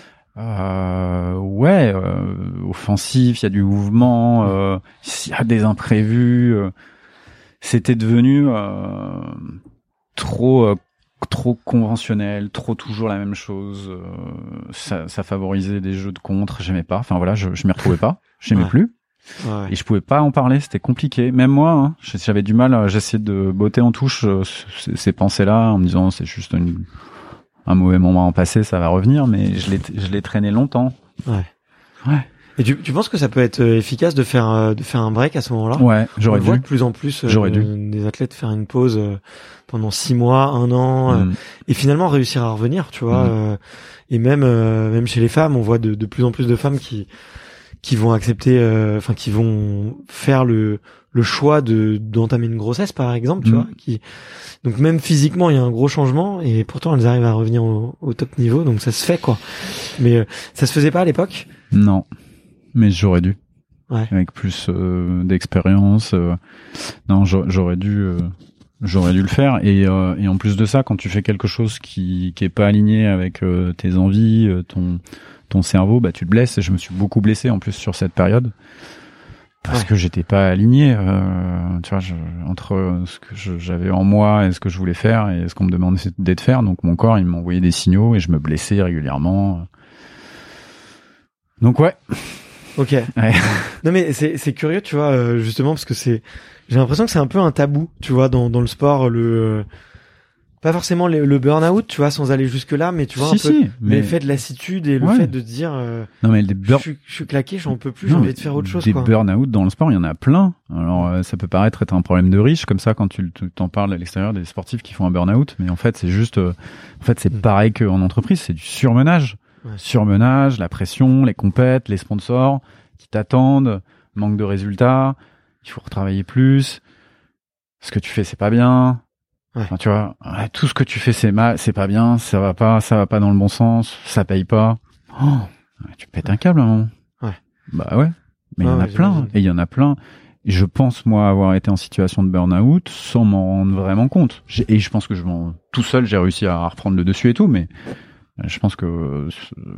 euh, ouais, euh, offensif. Il y a du mouvement, euh, il y a des imprévus. Euh, C'était devenu euh, trop euh, trop conventionnel, trop toujours la même chose. Euh, ça, ça favorisait des jeux de contre, j'aimais pas. Enfin voilà, je, je m'y retrouvais pas, j'aimais ouais. plus. Ouais. Et je pouvais pas en parler, c'était compliqué. Même moi, hein, j'avais du mal. J'essayais de botter en touche euh, ces, ces pensées-là en me disant c'est juste une, un mauvais moment passé, ça va revenir. Mais je l'ai je l'ai traîné longtemps. Ouais. Ouais. Et tu, tu penses que ça peut être efficace de faire de faire un break à ce moment-là? Ouais, j'aurais On dû. voit de plus en plus euh, j'aurais dû. des athlètes faire une pause euh, pendant six mois, un an, mm. euh, et finalement réussir à revenir, tu vois. Mm. Euh, et même euh, même chez les femmes, on voit de, de plus en plus de femmes qui qui vont accepter, enfin euh, qui vont faire le le choix de d'entamer une grossesse, par exemple, tu mm. vois. Qui donc même physiquement, il y a un gros changement, et pourtant elles arrivent à revenir au, au top niveau, donc ça se fait, quoi. Mais euh, ça se faisait pas à l'époque? Non. Mais j'aurais dû, ouais. avec plus euh, d'expérience. Euh, non, j'aurais dû, euh, j'aurais dû le faire. Et, euh, et en plus de ça, quand tu fais quelque chose qui qui est pas aligné avec euh, tes envies, euh, ton ton cerveau, bah tu te blesses. Et je me suis beaucoup blessé en plus sur cette période parce ouais. que j'étais pas aligné. Euh, tu vois, je, entre ce que je, j'avais en moi et ce que je voulais faire et ce qu'on me demandait de faire. Donc mon corps, il m'envoyait des signaux et je me blessais régulièrement. Donc ouais. Ok. Ouais. Non mais c'est c'est curieux, tu vois, euh, justement parce que c'est, j'ai l'impression que c'est un peu un tabou, tu vois, dans dans le sport, le euh, pas forcément le, le burn-out, tu vois, sans aller jusque là, mais tu vois si, un peu si, mais... l'effet de lassitude et le ouais. fait de dire euh, non mais des bur... je, je suis claqué, j'en peux plus, j'ai envie de faire autre chose, des quoi. Des burn-out dans le sport, il y en a plein. Alors euh, ça peut paraître être un problème de riche comme ça quand tu t'en parles à l'extérieur des sportifs qui font un burn-out, mais en fait c'est juste, euh, en fait c'est mm. pareil qu'en entreprise, c'est du surmenage. Ouais. Surmenage, la pression, les compètes, les sponsors qui t'attendent, manque de résultats, il faut retravailler plus, ce que tu fais c'est pas bien, Ouais. Enfin, tu vois, ouais, tout ce que tu fais c'est mal, c'est pas bien, ça va pas, ça va pas dans le bon sens, ça paye pas. Oh, tu pètes un câble à un moment. Ouais. Bah ouais. Mais il ah, y en a ouais, plein, j'imagine. et il y en a plein. Et je pense moi avoir été en situation de burn-out sans m'en rendre vraiment compte. J'ai, et je pense que je m'en, tout seul j'ai réussi à reprendre le dessus et tout, mais je pense que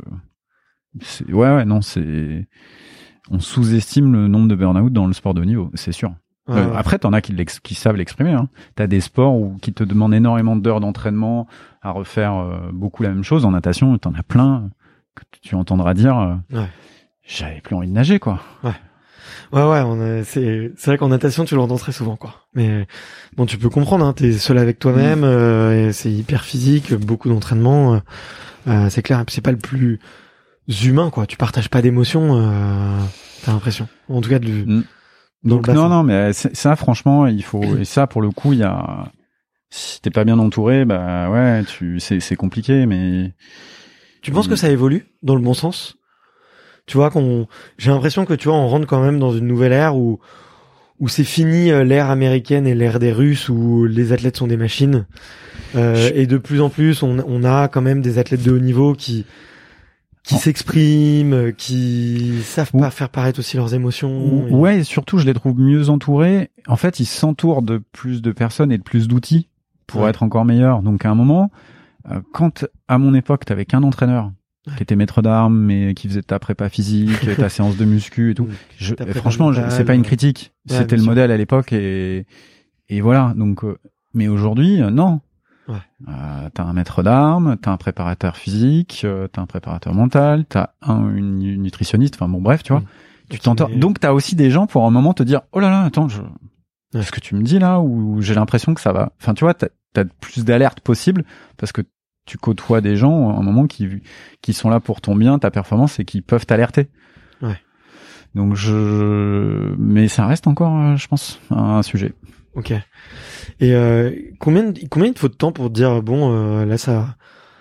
c'est, ouais ouais non c'est, on sous-estime le nombre de burn-out dans le sport de haut niveau, c'est sûr. Ouais, euh, ouais. Après, t'en as qui, qui savent l'exprimer. Hein. T'as des sports où, qui te demandent énormément d'heures d'entraînement à refaire euh, beaucoup la même chose. En natation, t'en as plein que tu entendras dire euh, Ouais. j'avais plus envie de nager, quoi. Ouais. Ouais, ouais, on a, c'est, c'est vrai qu'en natation, tu l'entends très souvent, quoi. Mais bon, tu peux comprendre, hein, t'es seul avec toi-même, euh, et c'est hyper physique, beaucoup d'entraînement, euh, euh, c'est clair, c'est pas le plus humain, quoi. Tu partages pas d'émotions, euh, t'as l'impression. En tout cas, de, Mm. dans Donc le bassin. non, non, mais c'est- ça, franchement, il faut. Et ça, pour le coup, il y a. Si t'es pas bien entouré, bah ouais, tu, c'est, c'est compliqué, mais. Tu penses que ça évolue dans le bon sens? Tu vois qu'on, j'ai l'impression que tu vois, on rentre quand même dans une nouvelle ère où où c'est fini euh, l'ère américaine et l'ère des Russes où les athlètes sont des machines. Euh, Je- et de plus en plus, on, on a quand même des athlètes de haut niveau qui qui Oh. s'expriment, qui savent Ou- pas faire paraître aussi leurs émotions. et- Ouais, et surtout, je les trouve mieux entourés. En fait, ils s'entourent de plus de personnes et de plus d'outils pour Ouais. être encore meilleurs. Donc, à un moment, euh, quand à mon époque, t'avais qu'un entraîneur qui était maître d'armes, mais qui faisait ta prépa physique, ta séance de muscu et tout. Mm. Je, Ta prépa franchement, je- mentale, c'est pas une ouais. critique. Ouais, C'était bien le sûr. modèle à l'époque et et voilà. Donc, euh, mais aujourd'hui, euh, non. Ouais. Euh, t'as un maître d'armes, t'as un préparateur physique, euh, t'as un préparateur mental, t'as un une, une nutritionniste. Enfin bon, bref, tu vois. Mm. Tu Qui t'entends. est- Donc, t'as aussi des gens pour un moment te dire, oh là là, attends, je, Ouais. ce que tu me dis là, ou j'ai l'impression que ça va. Enfin, tu vois, t'as, t'as plus d'alerte possible parce que tu côtoies des gens à un moment qui qui sont là pour ton bien, ta performance et qui peuvent t'alerter. Ouais. Donc je, mais ça reste encore, euh, je pense, un sujet. Ok. Et euh, combien de, combien il te faut de temps pour te dire bon euh, là ça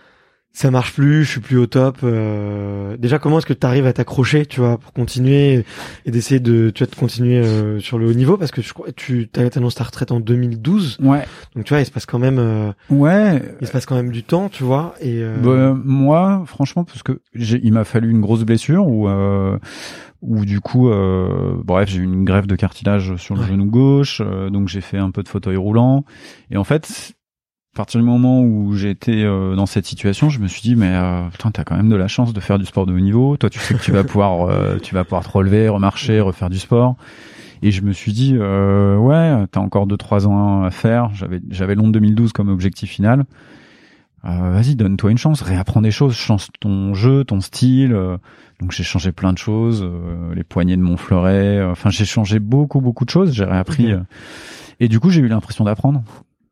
ça marche plus, je suis plus au top. Euh, déjà comment est-ce que tu arrives à t'accrocher, tu vois, pour continuer et d'essayer de tu vois de continuer euh, sur le haut niveau parce que je crois tu t'as annoncé ta retraite en deux mille douze. Ouais, Donc tu vois, il se passe quand même euh, ouais. il se passe quand même du temps, tu vois et euh, Bah, moi, franchement, parce que j'ai, il m'a fallu une grosse blessure où, euh, où du coup, euh, bref, j'ai eu une greffe de cartilage sur le Ouais. genou gauche, euh, donc j'ai fait un peu de fauteuil roulant. Et en fait, à partir du moment où j'étais euh, dans cette situation, je me suis dit, mais euh, putain, t'as quand même de la chance de faire du sport de haut niveau. Toi, tu sais que tu vas pouvoir, euh, tu vas pouvoir te relever, remarcher, refaire du sport. Et je me suis dit, euh, ouais, t'as encore deux trois ans à faire. J'avais, j'avais Londres deux mille douze comme objectif final. Euh, vas-y, donne-toi une chance, réapprends des choses, change ton jeu, ton style. Euh, donc j'ai changé plein de choses, euh, les poignées de mon fleuret. euh, Enfin, j'ai changé beaucoup, beaucoup de choses. J'ai réappris. Ok. euh, et du coup, j'ai eu l'impression d'apprendre,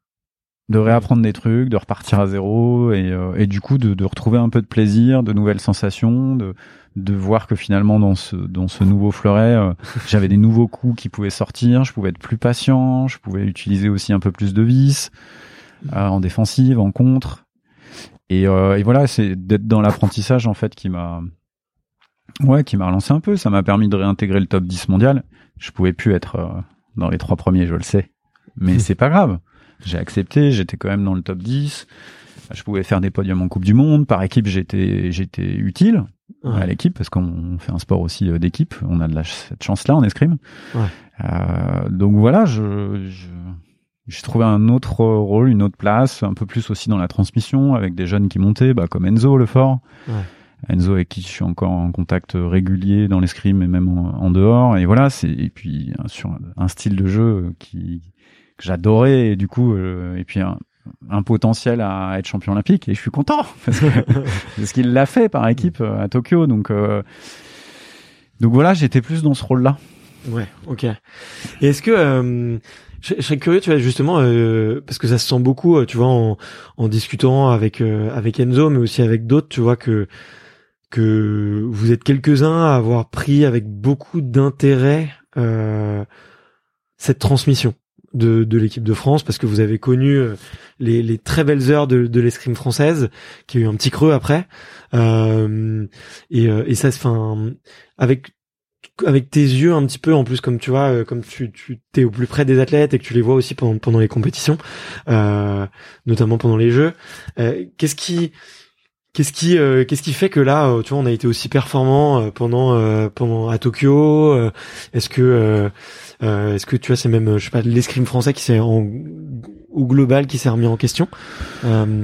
de réapprendre des trucs, de repartir à zéro, et, euh, et du coup de, de retrouver un peu de plaisir, de nouvelles sensations, de de voir que finalement dans ce dans ce nouveau fleuret, euh, j'avais des nouveaux coups qui pouvaient sortir. Je pouvais être plus patient, je pouvais utiliser aussi un peu plus de vis euh, en défensive, en contre. Et, euh, et voilà, c'est d'être dans l'apprentissage en fait qui m'a, ouais, qui m'a relancé un peu. Ça m'a permis de réintégrer le top dix mondial. Je pouvais plus être euh, dans les trois premiers, je le sais, mais c'est pas grave. J'ai accepté. J'étais quand même dans le top dix. Je pouvais faire des podiums en Coupe du Monde. Par équipe, j'étais, j'étais utile Ouais. à l'équipe parce qu'on fait un sport aussi euh, d'équipe. On a de la, cette chance-là en escrime. Ouais. Euh, donc voilà, je, je j'ai trouvé un autre rôle, une autre place, un peu plus aussi dans la transmission avec des jeunes qui montaient, bah, comme Enzo Lefort. Ouais. Enzo avec qui je suis encore en contact régulier dans l'escrime et même en, en dehors. Et voilà, c'est, et puis, sur un, un style de jeu qui, que j'adorais et du coup, euh, et puis un, un potentiel à être champion olympique et je suis content parce que parce qu'il l'a fait par équipe à Tokyo. Donc, euh, donc voilà, j'étais plus dans ce rôle-là. Ouais, ok. Et est-ce que euh, je, je serais curieux, tu vois, justement, euh, parce que ça se sent beaucoup, euh, tu vois, en, en discutant avec euh, avec Enzo, mais aussi avec d'autres, tu vois, que que vous êtes quelques-uns à avoir pris avec beaucoup d'intérêt euh, cette transmission de de l'équipe de France, parce que vous avez connu euh, les les très belles heures de de l'escrime française, qui a eu un petit creux après, euh, et euh, et ça, enfin, avec avec tes yeux un petit peu en plus, comme tu vois, euh, comme tu tu t'es au plus près des athlètes et que tu les vois aussi pendant pendant les compétitions, euh, notamment pendant les Jeux. Euh, qu'est-ce qui Qu'est-ce qui, euh, qu'est-ce qui fait que là, euh, tu vois, on a été aussi performant euh, pendant, euh, pendant à Tokyo. Euh, est-ce que, euh, euh, est-ce que tu vois, c'est même, je sais pas, l'escrime français qui s'est en ou global qui s'est remis en question. Euh...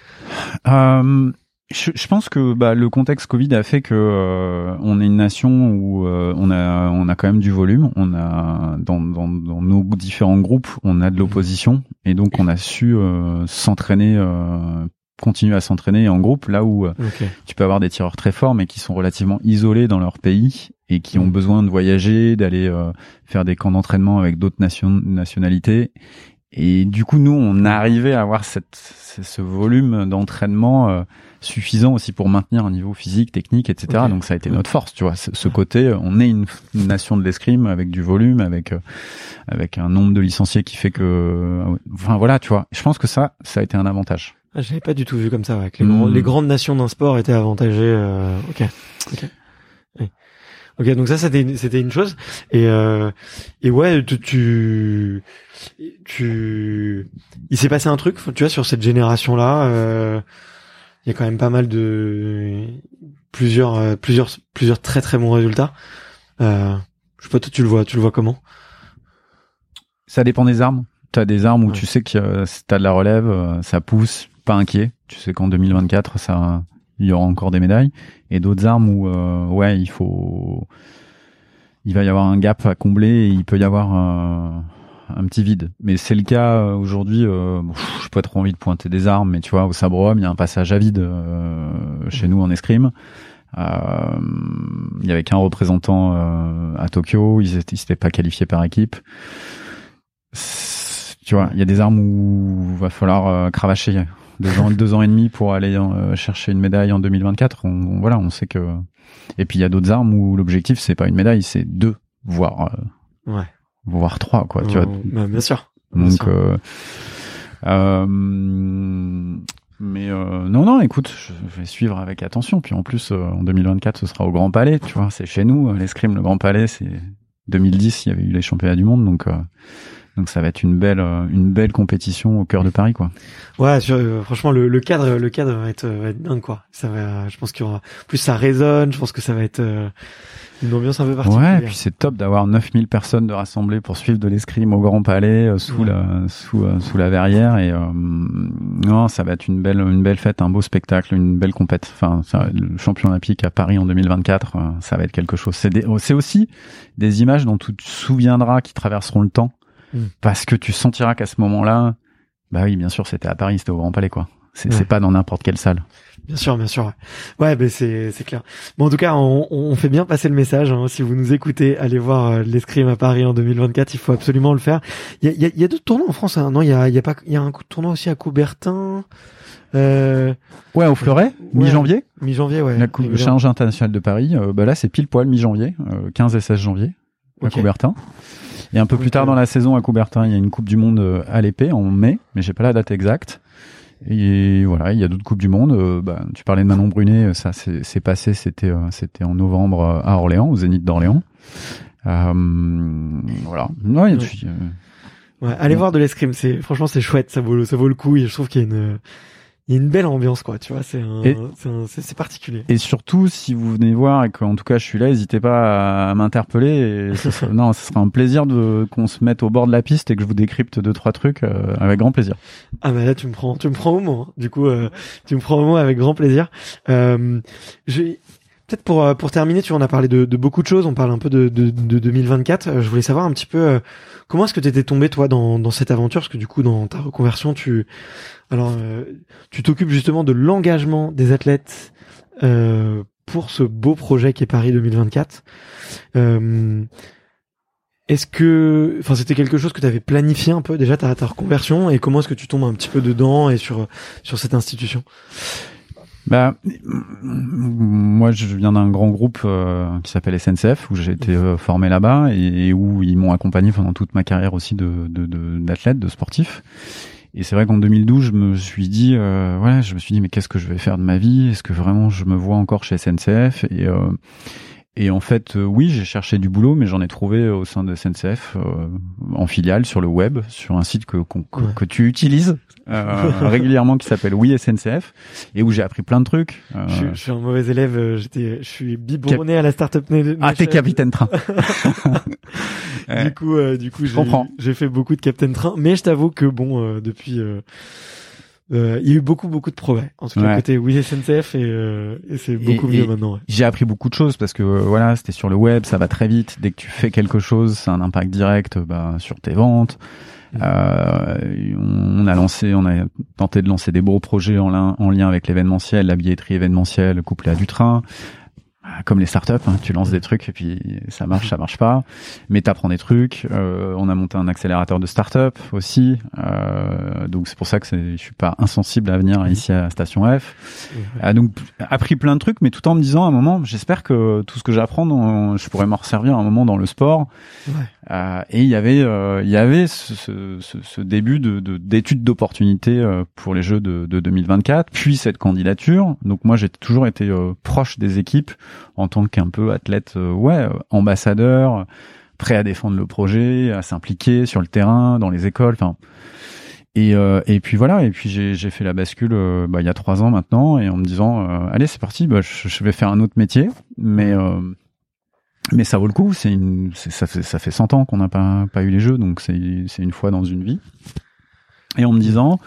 Euh, je, je pense que bah, le contexte Covid a fait que euh, on est une nation où euh, on a, on a quand même du volume. On a dans, dans, dans nos différents groupes, on a de l'opposition et donc on a su euh, s'entraîner. Euh, continuer à s'entraîner en groupe, là où okay. tu peux avoir des tireurs très forts mais qui sont relativement isolés dans leur pays et qui ont besoin de voyager, d'aller euh, faire des camps d'entraînement avec d'autres nation- nationalités. Et du coup, nous, on arrivait à avoir cette, ce volume d'entraînement euh, suffisant aussi pour maintenir un niveau physique, technique, et cetera. Okay. Donc ça a été notre force, tu vois. Ce, ce côté, on est une, une nation de l'escrime avec du volume, avec euh, avec un nombre de licenciés qui fait que, euh, enfin voilà, tu vois. Je pense que ça, ça a été un avantage. Ah, je l'avais pas du tout vu comme ça, ouais, que les, mmh. gros, les grandes nations d'un sport étaient avantagées. Euh... Ok, ok, oui. Ok. Donc ça, c'était c'était une chose. Et euh, et ouais, tu, tu tu, il s'est passé un truc, tu vois, sur cette génération-là. Euh... Il y a quand même pas mal de plusieurs euh, plusieurs plusieurs très très bons résultats. Euh... Je sais pas, toi, tu le vois, tu le vois comment? Ça dépend des armes. T'as des armes où ouais. tu sais que t'as de la relève, ça pousse. Pas inquiet, tu sais qu'en deux mille vingt-quatre ça il y aura encore des médailles, et d'autres armes où euh, ouais il faut il va y avoir un gap à combler et il peut y avoir un, un petit vide, mais c'est le cas euh, aujourd'hui. euh, bon, j'ai pas trop envie de pointer des armes, mais tu vois, au sabre homme il y a un passage à vide euh, chez nous en escrime. Euh, il y avait qu'un représentant euh, à Tokyo, ils étaient, ils s'étaient pas qualifiés par équipe. C'est, tu vois, il y a des armes où il va falloir euh, cravacher deux ans, deux ans et demi pour aller euh, chercher une médaille en deux mille vingt-quatre. On, on, voilà, on sait que. Et puis il y a d'autres armes où l'objectif c'est pas une médaille, c'est deux, voire euh, ouais, voire trois, quoi. Oh, tu vois. Bah, bien sûr. Bien Donc, sûr. Euh, euh, mais euh, non, non, écoute, je vais suivre avec attention. Puis en plus, euh, en deux mille vingt-quatre, ce sera au Grand Palais. Tu vois, c'est chez nous, l'escrime, le Grand Palais. C'est deux mille dix, il y avait eu les championnats du monde, donc. Euh, Donc ça va être une belle une belle compétition au cœur de Paris, quoi. Ouais, sur, euh, franchement le, le cadre le cadre va être va être dingue, quoi. Ça va, je pense qu'il y aura plus, ça résonne, je pense que ça va être euh, une ambiance un peu particulière. Ouais, et puis c'est top d'avoir neuf mille personnes de rassemblées pour suivre de l'escrime au Grand Palais euh, sous ouais. la sous euh, sous la verrière, et euh, non, ça va être une belle une belle fête, un beau spectacle, une belle compète. Enfin, ça, le champion olympique à Paris en deux mille vingt-quatre, euh, ça va être quelque chose. C'est des, c'est aussi des images dont tu te souviendras, qui traverseront le temps. Parce que tu sentiras qu'à ce moment-là, bah oui, bien sûr, c'était à Paris, c'était au Grand Palais, quoi. C'est, ouais. c'est pas dans n'importe quelle salle. Bien sûr, bien sûr. Ouais, ben c'est c'est clair. Bon, en tout cas, on, on fait bien passer le message. Hein. Si vous nous écoutez, allez voir euh, l'escrime à Paris en deux mille vingt-quatre. Il faut absolument le faire. Il y a il y a, il y a d'autres tournois en France. Hein. Non, il y a il y a pas il y a un tournoi aussi à Coubertin. Euh... Ouais, au Fleuret, ouais. mi-janvier. Mi-janvier, ouais. La coupe, le Challenge international de Paris. Euh, bah là, c'est pile poil mi-janvier, euh, quinze et seize janvier à okay. Coubertin. Et un peu plus tard dans la saison à Coubertin, il y a une Coupe du Monde à l'épée en mai, mais j'ai pas la date exacte. Et voilà, il y a d'autres Coupes du Monde. Euh, bah, tu parlais de Manon Brunet, ça c'est, c'est passé, c'était, euh, c'était en novembre à Orléans, au Zénith d'Orléans. Euh, voilà. Ouais, ouais. Tu, euh... ouais, allez ouais. voir de l'escrime, c'est franchement c'est chouette, ça vaut, ça vaut le coup. Et je trouve qu'il y a une il y a une belle ambiance, quoi, tu vois, c'est un, et, c'est, un c'est, c'est particulier. Et surtout, si vous venez voir et qu'en tout cas je suis là, n'hésitez pas à m'interpeller. Et ce sera, non, ce sera un plaisir de qu'on se mette au bord de la piste et que je vous décrypte deux trois trucs euh, avec grand plaisir. Ah bah là tu me prends, tu me prends au mot. Hein. Du coup, euh, tu me prends au mot avec grand plaisir. Euh, j'ai peut-être pour pour terminer, tu en as parlé de, de beaucoup de choses. On parle un peu de, de, de deux mille vingt-quatre. Je voulais savoir un petit peu euh, comment est-ce que tu étais tombé toi dans dans cette aventure, parce que du coup dans ta reconversion, tu alors euh, tu t'occupes justement de l'engagement des athlètes euh, pour ce beau projet qui est Paris deux mille vingt-quatre. Euh, est-ce que, enfin, c'était quelque chose que tu avais planifié un peu déjà ta, ta reconversion, et comment est-ce que tu tombes un petit peu dedans et sur sur cette institution? Bah, moi, je viens d'un grand groupe euh, qui s'appelle S N C F, où j'ai été euh, formé là-bas et, et où ils m'ont accompagné pendant toute ma carrière aussi de, de, de d'athlète, de sportif. Et c'est vrai qu'en deux mille douze, je me suis dit, euh, ouais, je me suis dit, mais qu'est-ce que je vais faire de ma vie? Est-ce que vraiment je me vois encore chez S N C F? Et, euh, et en fait, euh, oui, j'ai cherché du boulot, mais j'en ai trouvé au sein de S N C F, euh, en filiale, sur le web, sur un site que qu'on, que, ouais. que tu utilises euh, régulièrement, qui s'appelle Oui S N C F, et où j'ai appris plein de trucs. Euh... Je, je suis un mauvais élève. J'étais, je suis biberonné Cap... à la Startup Nation. Ah, t'es capitaine train. Du coup, euh, du coup, j'ai, comprends. j'ai fait beaucoup de Captain Train, mais je t'avoue que bon, euh, depuis, euh, euh, il y a eu beaucoup, beaucoup de progrès. En tout cas, ouais. côté oui S N C F et, euh, et c'est beaucoup et, mieux et maintenant. Ouais. J'ai appris beaucoup de choses parce que euh, voilà, c'était sur le web, ça va très vite. Dès que tu fais quelque chose, ça a un impact direct, bah, sur tes ventes. Mmh. Euh, on a lancé, on a tenté de lancer des beaux projets en, lin, en lien avec l'événementiel, la billetterie événementielle couplée à du train. Comme les startups, hein, tu lances des trucs et puis ça marche, ça marche pas, mais t'apprends des trucs. Euh, on a monté un accélérateur de startup aussi, euh, donc c'est pour ça que c'est, je suis pas insensible à venir ici à Station F. Euh, donc appris plein de trucs, mais tout en me disant à un moment, j'espère que tout ce que j'apprends, dans, je pourrais m'en resservir à un moment dans le sport. Ouais. Euh, et il y avait, euh, il y avait ce, ce, ce, ce début de, de d'études d'opportunités euh, pour les Jeux de, de deux mille vingt-quatre, puis cette candidature. Donc moi, j'ai toujours été euh, proche des équipes en tant qu'un peu athlète, euh, ouais, ambassadeur, prêt à défendre le projet, à s'impliquer sur le terrain, dans les écoles, enfin. Et euh, et puis voilà, et puis j'ai j'ai fait la bascule euh, bah il y a trois ans maintenant, et en me disant euh, allez c'est parti, bah je, je vais faire un autre métier, mais euh, mais ça vaut le coup. C'est une, c'est, ça fait ça fait cent ans qu'on n'a pas pas eu les Jeux, donc c'est c'est une fois dans une vie. Et en me disant,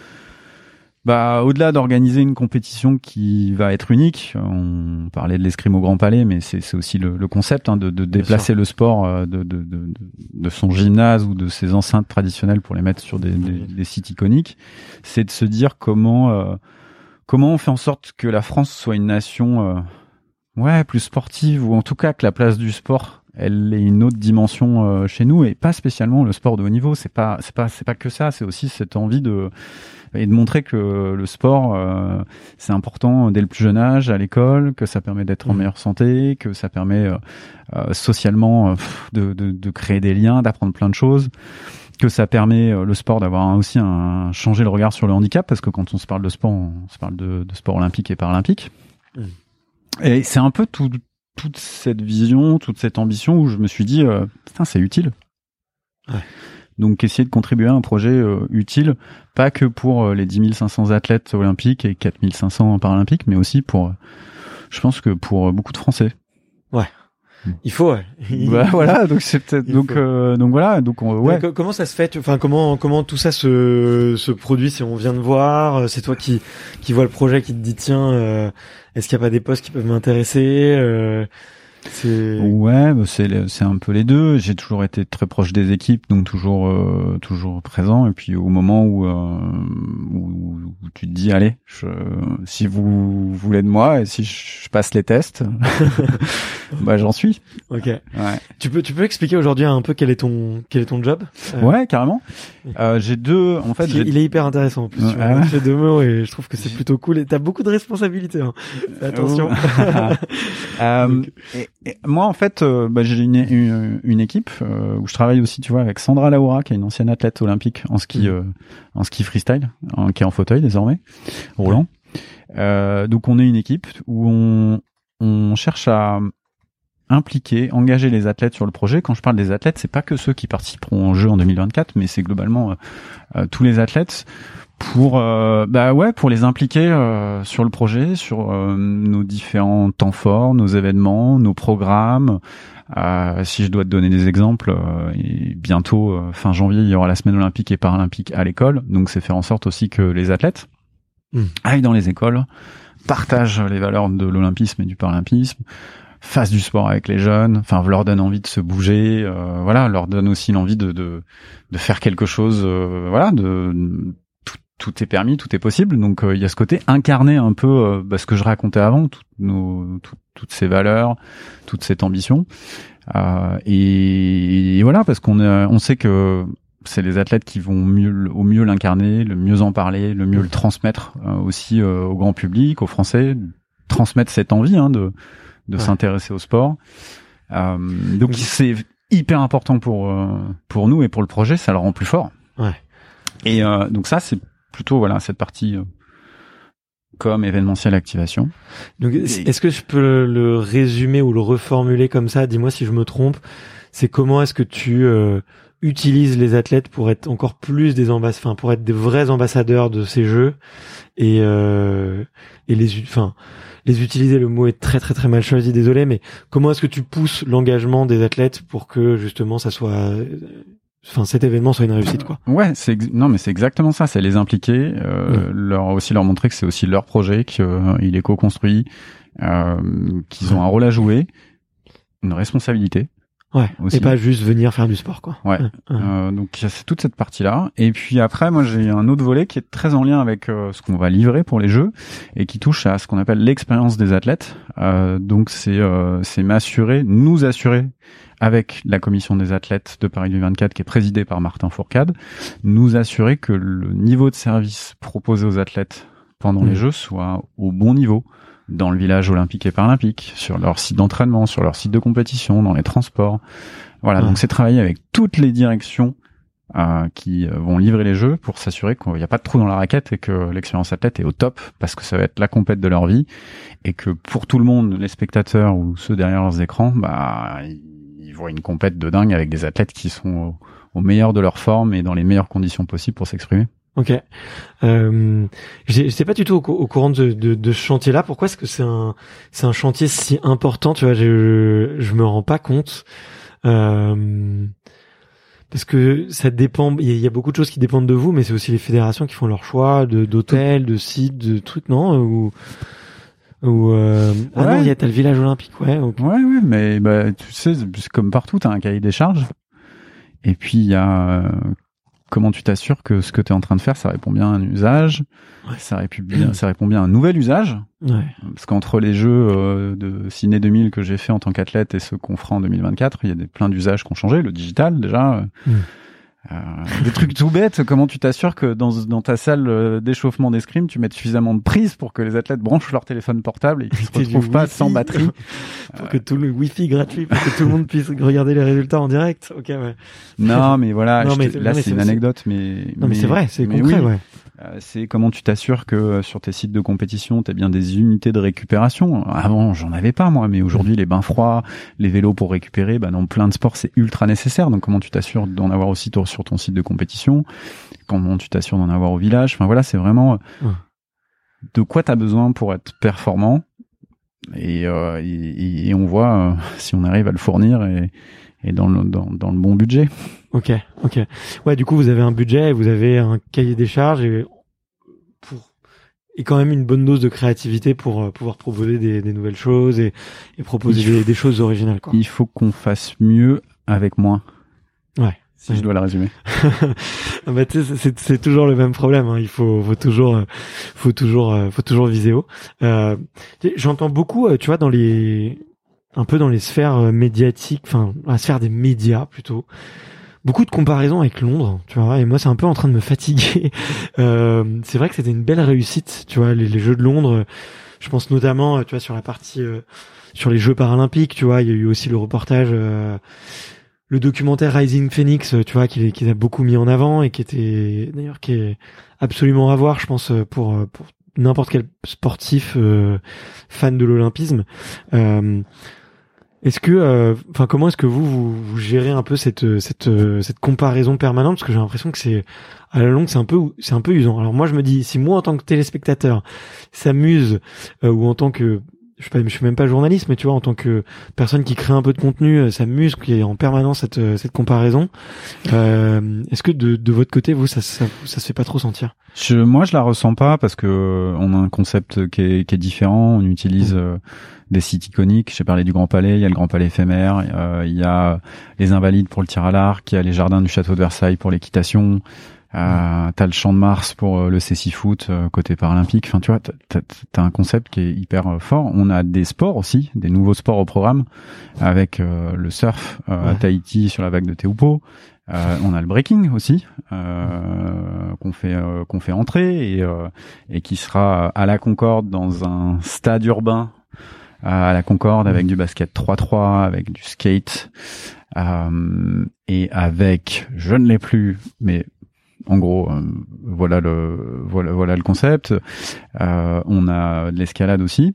bah au-delà d'organiser une compétition qui va être unique, on parlait de l'escrime au Grand Palais, mais c'est c'est aussi le, le concept hein, de, de déplacer le sport de, de de de son gymnase ou de ses enceintes traditionnelles pour les mettre sur des des, des sites iconiques. C'est de se dire comment euh, comment on fait en sorte que la France soit une nation euh, ouais, plus sportive, ou en tout cas que la place du sport, elle ait une autre dimension euh, chez nous, et pas spécialement le sport de haut niveau. C'est pas, c'est pas, c'est pas que ça. C'est aussi cette envie de et de montrer que le sport, euh, c'est important dès le plus jeune âge à l'école, que ça permet d'être en meilleure santé, que ça permet euh, euh, socialement euh, de, de, de créer des liens, d'apprendre plein de choses, que ça permet euh, le sport d'avoir un, aussi un changer le regard sur le handicap, parce que quand on se parle de sport, on se parle de, de sport olympique et paralympique. Mmh. Et c'est un peu tout, toute cette vision, toute cette ambition où je me suis dit, euh, putain, c'est utile. Ouais. Donc, essayer de contribuer à un projet euh, utile, pas que pour euh, les dix mille cinq cents athlètes olympiques et quatre mille cinq cents paralympiques, mais aussi pour, euh, je pense que pour euh, beaucoup de Français. Ouais. Il faut, ouais. Bah, voilà, donc c'est peut-être, donc, euh, donc voilà, donc on, ouais. Mais, comment ça se fait, enfin, comment, comment tout ça se, se produit si on vient de voir, c'est toi qui, qui vois le projet, qui te dit, tiens, euh, est-ce qu'il y a pas des postes qui peuvent m'intéresser, euh, c'est... Ouais, bah c'est c'est un peu les deux. J'ai toujours été très proche des équipes, donc toujours euh, toujours présent. Et puis au moment où, euh, où, où tu te dis allez, je, si vous voulez de moi et si je passe les tests, bah j'en suis. Ok. Ouais. Tu peux tu peux expliquer aujourd'hui un peu quel est ton quel est ton job? euh... Ouais, carrément. Euh, j'ai deux. En fait, j'ai... il est hyper intéressant. En plus, ouais, tu vois, fait deux mots et je trouve que c'est plutôt cool. Et t'as beaucoup de responsabilités. Hein. Attention. euh, et, et moi, en fait, euh, bah, j'ai une, une, une équipe euh, où je travaille aussi, tu vois, avec Sandra Laura, qui est une ancienne athlète olympique en ski, mmh. euh, en ski freestyle, en, qui est en fauteuil désormais, roulant. Euh, donc, on est une équipe où on, on cherche à impliquer, engager les athlètes sur le projet. Quand je parle des athlètes, c'est pas que ceux qui participeront aux Jeux en deux mille vingt-quatre, mais c'est globalement euh, euh, tous les athlètes. Pour euh, bah ouais pour les impliquer euh, sur le projet, sur euh, nos différents temps forts, nos événements, nos programmes. Euh, si je dois te donner des exemples, euh, et bientôt euh, fin janvier il y aura la semaine olympique et paralympique à l'école, donc c'est faire en sorte aussi que les athlètes mmh. aillent dans les écoles, partagent les valeurs de l'olympisme et du paralympisme, fassent du sport avec les jeunes, enfin leur donne envie de se bouger, euh, voilà, leur donne aussi l'envie de de de faire quelque chose, euh, voilà, de tout est permis, tout est possible. Donc il euh, y a ce côté incarner un peu euh, bah, ce que je racontais avant, toutes nos, tout, toutes ces valeurs, toute cette ambition. Euh, et, et voilà, parce qu'on a, on sait que c'est les athlètes qui vont mieux, au mieux l'incarner, le mieux en parler, le mieux le transmettre euh, aussi euh, au grand public, aux Français, transmettre cette envie hein, de, de ouais. s'intéresser au sport. Euh, donc c'est hyper important pour euh, pour nous et pour le projet, ça le rend plus fort. Ouais. Et euh, donc ça c'est plutôt voilà cette partie euh, comme événementiel activation. Donc, est-ce que je peux le, le résumer ou le reformuler comme ça? Dis-moi si je me trompe. C'est comment est-ce que tu euh, utilises les athlètes pour être encore plus des ambassadeurs, enfin pour être des vrais ambassadeurs de ces jeux et euh, et les, enfin les utiliser. Le mot est très très très mal choisi, désolé, mais comment est-ce que tu pousses l'engagement des athlètes pour que justement ça soit, enfin cet événement soit une réussite, quoi? Ouais, c'est ex- non mais c'est exactement ça, c'est les impliquer, euh, mmh. leur aussi leur montrer que c'est aussi leur projet, qu'il euh, est co-construit, euh, qu'ils ont un rôle à jouer, une responsabilité. Ouais. Aussi. Et pas juste venir faire du sport, quoi. Ouais. ouais. Euh, donc c'est toute cette partie-là. Et puis après, moi j'ai un autre volet qui est très en lien avec euh, ce qu'on va livrer pour les jeux et qui touche à ce qu'on appelle l'expérience des athlètes. Euh, donc c'est euh, c'est m'assurer, nous assurer avec la commission des athlètes de Paris deux mille vingt-quatre qui est présidée par Martin Fourcade, nous assurer que le niveau de service proposé aux athlètes pendant mmh. les jeux soit au bon niveau. Dans le village olympique et paralympique, sur leur site d'entraînement, sur leur site de compétition, dans les transports. Voilà, ouais. Donc c'est travailler avec toutes les directions euh, qui vont livrer les jeux pour s'assurer qu'il n'y a pas de trou dans la raquette et que l'expérience athlète est au top, parce que ça va être la compète de leur vie et que pour tout le monde, les spectateurs ou ceux derrière leurs écrans, bah ils voient une compète de dingue avec des athlètes qui sont au, au meilleur de leur forme et dans les meilleures conditions possibles pour s'exprimer. Ok. Euh, j'étais pas du tout au, au courant de, de, de ce chantier-là. Pourquoi est-ce que c'est un, c'est un chantier si important? Tu vois, je, je me rends pas compte. Euh, parce que ça dépend. Il y, y a beaucoup de choses qui dépendent de vous, mais c'est aussi les fédérations qui font leur choix de d'hôtels, de sites, de trucs, non? Ou, ou euh, ouais. Ah non, il y a t'as le village olympique, ouais. Okay. Ouais, ouais, mais bah tu sais, comme partout, t'as un cahier des charges. Et puis il y a euh, comment tu t'assures que ce que tu es en train de faire, ça répond bien à un usage, ouais. ça, répond bien, ça répond bien à un nouvel usage. Ouais. Parce qu'entre les jeux euh, de Ciné deux mille que j'ai fait en tant qu'athlète et ceux qu'on fera en deux mille vingt-quatre, il y a des, plein d'usages qui ont changé. Le digital, déjà. Mm. Euh, des trucs tout bêtes. Comment tu t'assures que dans, dans ta salle d'échauffement d'escrime, tu mettes suffisamment de prises pour que les athlètes branchent leur téléphone portable et qu'ils se retrouvent pas sans batterie. Pour euh... que tout le wifi gratuit, pour que tout le monde puisse regarder les résultats en direct. Ok, ouais. Non, mais voilà. Non, mais, te, là, non, mais c'est une aussi... anecdote, mais. Non, mais, mais c'est vrai, c'est concret, oui. ouais. Euh, c'est comment tu t'assures que euh, sur tes sites de compétition, tu as bien des unités de récupération. Avant, j'en avais pas, moi, mais aujourd'hui, les bains froids, les vélos pour récupérer, bah, dans plein de sports, c'est ultra nécessaire. Donc, comment tu t'assures d'en avoir aussi t- sur ton site de compétition? Comment tu t'assures d'en avoir au village? Enfin, voilà, c'est vraiment euh, ouais. de quoi tu as besoin pour être performant. Et, euh, et, et on voit euh, si on arrive à le fournir et, et dans le, dans, dans le bon budget. Ok, ok. Ouais, du coup, vous avez un budget, vous avez un cahier des charges et pour et quand même une bonne dose de créativité pour euh, pouvoir proposer des, des nouvelles choses et, et proposer des, des choses originales, quoi. Il faut qu'on fasse mieux avec moins. Ouais. Si je dois la résumer. Bah, tu sais, c'est, c'est toujours le même problème, hein. Il faut, faut toujours, faut toujours, faut toujours viser haut. Euh, j'entends beaucoup, tu vois, dans les, un peu dans les sphères médiatiques, enfin, la sphère des médias plutôt. Beaucoup de comparaisons avec Londres, tu vois, et moi c'est un peu en train de me fatiguer. Euh, c'est vrai que c'était une belle réussite, tu vois, les, les Jeux de Londres. Je pense notamment, tu vois, sur la partie, euh, sur les Jeux paralympiques, tu vois, il y a eu aussi le reportage, euh, le documentaire Rising Phoenix, tu vois, qui, qui a beaucoup mis en avant et qui était, d'ailleurs, qui est absolument à voir, je pense, pour, pour n'importe quel sportif euh, fan de l'olympisme. Euh, Est-ce que, enfin, euh, comment est-ce que vous, vous vous gérez un peu cette cette cette comparaison permanente, parce que j'ai l'impression que c'est à la longue c'est un peu c'est un peu usant. Alors moi je me dis, si moi en tant que téléspectateur s'amuse euh, ou en tant que je sais pas, je suis même pas journaliste, mais tu vois, en tant que personne qui crée un peu de contenu, s'amuse, qu'il y ait en permanence cette cette comparaison. Euh, est-ce que de de votre côté, vous, ça ça ça se fait pas trop sentir? Je, moi, je la ressens pas parce que on a un concept qui est qui est différent. On utilise mmh. euh, des sites iconiques. J'ai parlé du Grand Palais. Il y a le Grand Palais éphémère. Euh, il y a les Invalides pour le tir à l'arc. Il y a les jardins du château de Versailles pour l'équitation. Euh, t'as le Champ de Mars pour euh, le C six foot euh, côté paralympique. Enfin, tu vois, t'as, t'as, t'as un concept qui est hyper euh, fort. On a des sports aussi, des nouveaux sports au programme, avec euh, le surf euh, ouais. à Tahiti sur la vague de Teupo. Euh, on a le breaking aussi euh, qu'on fait euh, qu'on fait entrer et euh, et qui sera à la Concorde dans un stade urbain à la Concorde avec du basket trois trois, avec du skate euh, et avec, je ne l'ai plus, mais en gros, euh, voilà le voilà voilà le concept. Euh, on a de l'escalade aussi.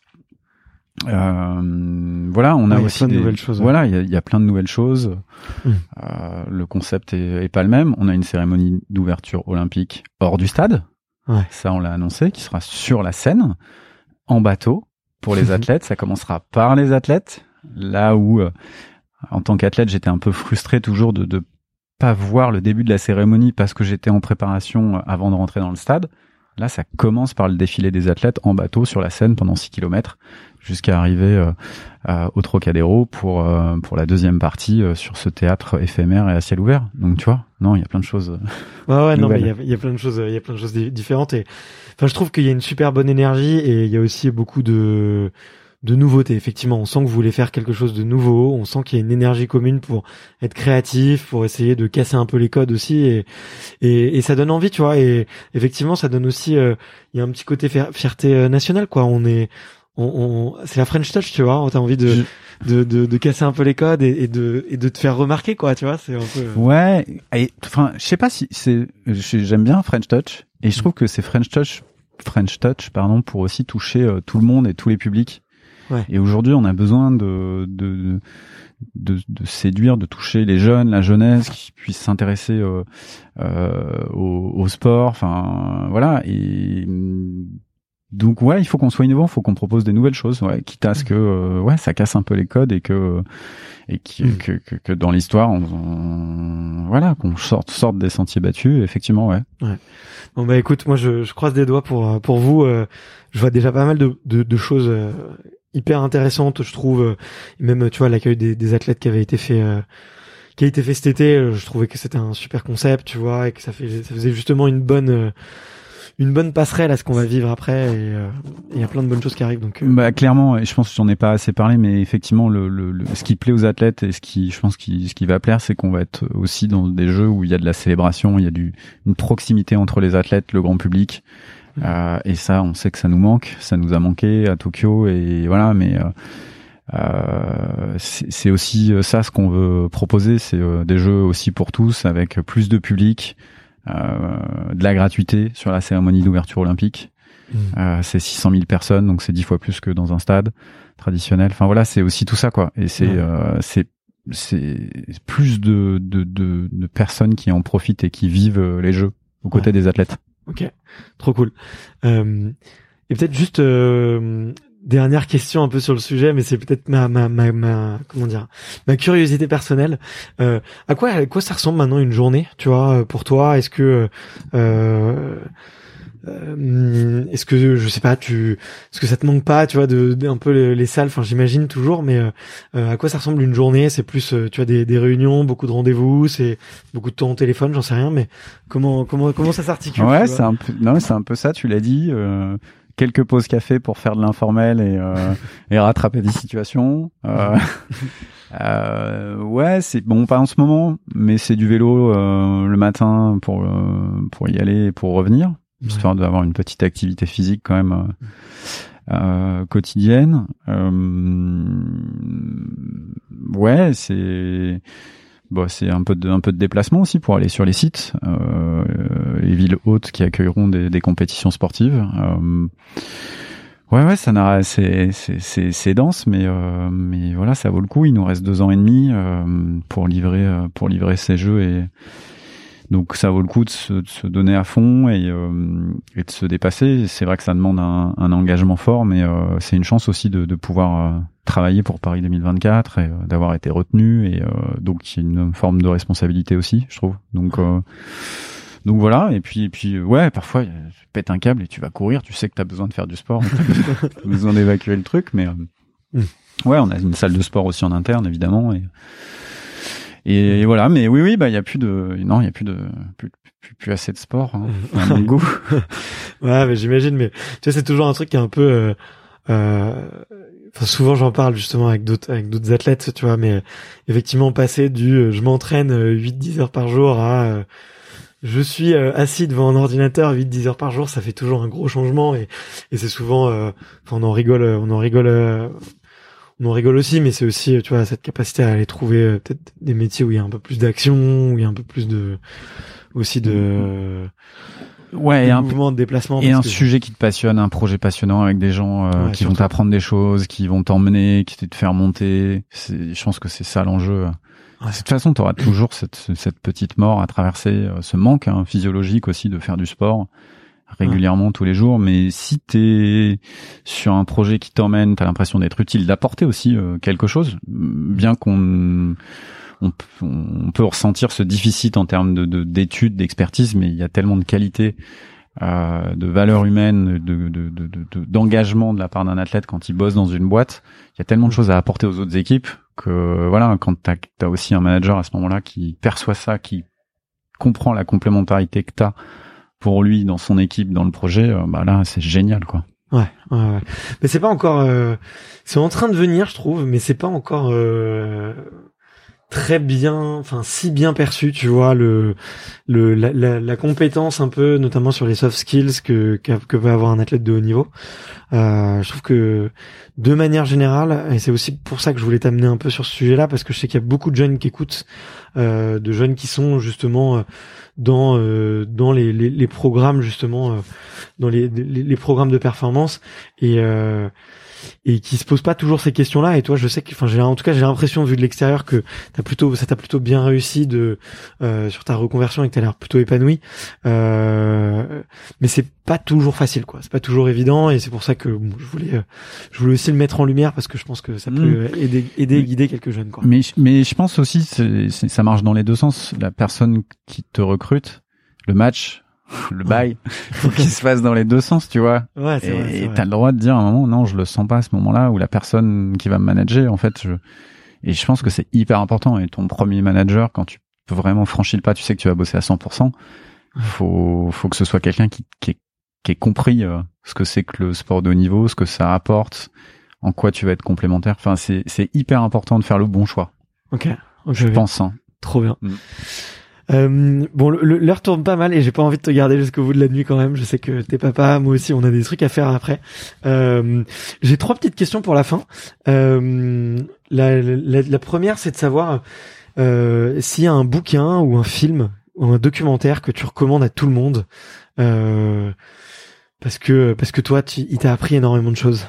Euh, voilà, on a ouais, aussi plein de des nouvelles choses. voilà, il y a, y a plein de nouvelles choses. Mmh. Euh, le concept est, est pas le même. On a une cérémonie d'ouverture olympique hors du stade. Ouais. Ça, on l'a annoncé, qui sera sur la scène, en bateau, pour les athlètes. Ça commencera par les athlètes. Là où, euh, en tant qu'athlète, j'étais un peu frustré toujours de de pas voir le début de la cérémonie parce que j'étais en préparation avant de rentrer dans le stade. Là, ça commence par le défilé des athlètes en bateau sur la Seine pendant six kilomètres jusqu'à arriver euh, euh, au Trocadéro pour euh, pour la deuxième partie euh, sur ce théâtre éphémère et à ciel ouvert. Donc tu vois, non, il y a plein de choses. Ouais, ouais, non, mais nouvelles. il y a, il y a plein de choses, il y a plein de choses di- différentes et enfin, je trouve qu'il y a une super bonne énergie et il y a aussi beaucoup de de nouveautés. Effectivement, on sent que vous voulez faire quelque chose de nouveau. On sent qu'il y a une énergie commune pour être créatif, pour essayer de casser un peu les codes aussi, et et, et ça donne envie, tu vois. Et effectivement, ça donne aussi, euh, il y a un petit côté fier- fierté euh, nationale, quoi. On est, on, on c'est la French touch, tu vois. T'as envie de, Je... de de de casser un peu les codes et, et de et de te faire remarquer, quoi. Tu vois, c'est un peu. Ouais. Et enfin, je sais pas si c'est. J'aime bien French touch et je trouve que c'est French touch, French touch, pardon, pour aussi toucher euh, tout le monde et tous les publics. Ouais. Et aujourd'hui, on a besoin de, de, de, de séduire, de toucher les jeunes, la jeunesse, qui puissent s'intéresser euh, euh, au, au sport. Enfin, voilà. Et donc, ouais, il faut qu'on soit innovant, il faut qu'on propose des nouvelles choses, ouais, quitte à ce que, euh, ouais, ça casse un peu les codes et que, et qui, mmh. que, que, que dans l'histoire, on, on, voilà, qu'on sorte, sorte des sentiers battus. Effectivement, ouais. Ouais. Bon bah écoute, moi je, je croise des doigts pour pour vous. Euh, je vois déjà pas mal de de, de choses. Euh, hyper intéressante, je trouve. Même, tu vois, l'accueil des, des athlètes qui avait été fait, euh, qui a été fait cet été, je trouvais que c'était un super concept, tu vois, et que ça fait, ça faisait justement une bonne, euh, une bonne passerelle à ce qu'on va vivre après. Et il euh, y a plein de bonnes choses qui arrivent. Donc, euh... bah clairement, et je pense que j'en ai pas assez parlé, mais effectivement, le, le, le ce qui plaît aux athlètes et ce qui, je pense, qui, ce qui va plaire, c'est qu'on va être aussi dans des jeux où il y a de la célébration, il y a du, une proximité entre les athlètes, le grand public. Euh, et ça, on sait que ça nous manque, ça nous a manqué à Tokyo, et voilà. Mais euh, euh, c'est, c'est aussi ça ce qu'on veut proposer, c'est euh, des jeux aussi pour tous, avec plus de public, euh, de la gratuité sur la cérémonie d'ouverture olympique. Mmh. Euh, c'est six cent mille personnes, donc c'est dix fois plus que dans un stade traditionnel. Enfin voilà, c'est aussi tout ça, quoi. Et c'est, mmh. euh, c'est, c'est plus de, de, de, de personnes qui en profitent et qui vivent les jeux aux côtés ouais. des athlètes. Ok, trop cool. Euh, et peut-être juste euh, dernière question un peu sur le sujet, mais c'est peut-être ma ma ma, ma comment dire ma curiosité personnelle. Euh, à quoi à quoi ça ressemble maintenant une journée, tu vois, pour toi? Est-ce que euh, euh, est-ce que je sais pas, tu est-ce que ça te manque pas, tu vois, de, de un peu les, les salles? Enfin, j'imagine toujours, mais euh, à quoi ça ressemble une journée? C'est plus, tu vois, des, des réunions, beaucoup de rendez-vous, c'est beaucoup de temps au téléphone, j'en sais rien, mais comment comment comment ça s'articule? Ouais, c'est un peu, non, c'est un peu ça. Tu l'as dit. Euh, quelques pauses café pour faire de l'informel et euh, et rattraper des situations. Euh, euh, ouais, c'est bon, pas en ce moment, mais c'est du vélo euh, le matin pour euh, pour y aller et pour revenir. Histoire ouais. d'avoir une petite activité physique quand même euh, euh, quotidienne. Euh, ouais, c'est bon, c'est un peu de un peu de déplacement aussi pour aller sur les sites, euh, les villes hautes qui accueilleront des, des compétitions sportives. Euh, ouais, ouais, ça n'a, c'est c'est c'est c'est dense, mais euh, mais voilà, ça vaut le coup. Il nous reste deux ans et demi euh, pour livrer euh, pour livrer ces jeux et donc ça vaut le coup de se, de se donner à fond et, euh, et de se dépasser. C'est vrai que ça demande un, un engagement fort, mais euh, c'est une chance aussi de, de pouvoir euh, travailler pour Paris deux mille vingt-quatre et euh, d'avoir été retenu. Et euh, donc il y a une forme de responsabilité aussi, je trouve. Donc euh, donc voilà. Et puis et puis ouais, parfois tu pètes un câble et tu vas courir. Tu sais que t'as besoin de faire du sport, t'as besoin d'évacuer le truc. Mais euh, ouais, on a une salle de sport aussi en interne évidemment. Et Et, et voilà, mais oui, oui, bah il y a plus de, non, il y a plus de, plus, plus, plus assez de sport, hein, à mon goût. Ouais, mais j'imagine, mais tu sais, c'est toujours un truc qui est un peu, euh, euh, enfin souvent j'en parle justement avec d'autres, avec d'autres athlètes, tu vois, mais effectivement passer du, euh, je m'entraîne huit dix heures par jour à, euh, je suis euh, assis devant un ordinateur huit dix heures par jour, ça fait toujours un gros changement et, et c'est souvent, euh, enfin on en rigole, on en rigole. Euh, on en rigole aussi, mais c'est aussi, tu vois, cette capacité à aller trouver euh, peut-être des métiers où il y a un peu plus d'action, où il y a un peu plus de, aussi de, euh, ouais, de et un mouvement, de déplacement. Et un que... sujet qui te passionne, un projet passionnant avec des gens euh, ouais, qui surtout. vont t'apprendre des choses, qui vont t'emmener, qui vont te faire monter. C'est, je pense que c'est ça l'enjeu. Ouais. De toute façon, tu auras toujours cette, cette petite mort à traverser, euh, ce manque hein, physiologique aussi de faire du sport régulièrement ouais. tous les jours. Mais si t'es sur un projet qui t'emmène, t'as l'impression d'être utile, d'apporter aussi euh, quelque chose, bien qu'on on, on peut ressentir ce déficit en termes de, de d'études, d'expertise, mais il y a tellement de qualité, euh, de valeur humaine, de, de, de, de d'engagement de la part d'un athlète quand il bosse dans une boîte. Il y a tellement de choses à apporter aux autres équipes que voilà, quand t'as, t'as aussi un manager à ce moment-là qui perçoit ça, qui comprend la complémentarité que t'as pour lui dans son équipe, dans le projet, euh, bah là c'est génial quoi. Ouais, ouais, ouais. Mais c'est pas encore, euh, c'est en train de venir, je trouve, mais c'est pas encore euh, très bien, enfin si bien perçu, tu vois, le, le, la, la, la compétence un peu, notamment sur les soft skills que que, que peut avoir un athlète de haut niveau. Euh, je trouve que de manière générale, et c'est aussi pour ça que je voulais t'amener un peu sur ce sujet-là, parce que je sais qu'il y a beaucoup de jeunes qui écoutent, euh, de jeunes qui sont justement euh, dans euh, dans les, les les programmes justement, euh, dans les, les les programmes de performance et euh, et qui se posent pas toujours ces questions-là. Et toi, je sais que, enfin, j'ai en tout cas j'ai l'impression vu de l'extérieur que t'as plutôt ça t'a plutôt bien réussi de euh, sur ta reconversion et que t'as l'air plutôt épanoui. Euh, mais c'est pas toujours facile, quoi. C'est pas toujours évident, et c'est pour ça que bon, je voulais, euh, je voulais aussi le mettre en lumière parce que je pense que ça peut mmh. aider, aider, guider quelques jeunes, quoi. Mais mais je pense aussi, c'est, c'est, ça marche dans les deux sens. La personne qui te recrute, le match, le bail, faut qu'il se fasse dans les deux sens, tu vois. Ouais, c'est et vrai, c'est vrai. T'as le droit de dire à un moment, non, je le sens pas à ce moment-là, ou la personne qui va me manager, en fait, je, et je pense que c'est hyper important. Et ton premier manager, quand tu peux vraiment franchir le pas, tu sais que tu vas bosser à cent pour cent, faut, faut que ce soit quelqu'un qui, qui est qui ait compris euh, ce que c'est que le sport de haut niveau, ce que ça apporte, en quoi tu vas être complémentaire. Enfin, c'est c'est hyper important de faire le bon choix. Ok, okay je pense. Hein. Trop bien. Mm. Euh, bon, le, le, l'heure tourne pas mal et j'ai pas envie de te garder jusqu'au bout de la nuit quand même. Je sais que t'es papa, moi aussi, on a des trucs à faire après. Euh, j'ai trois petites questions pour la fin. Euh, la, la, la première, c'est de savoir euh, s'il y a un bouquin ou un film ou un documentaire que tu recommandes à tout le monde. Euh, Parce que parce que toi, tu, il t'a appris énormément de choses.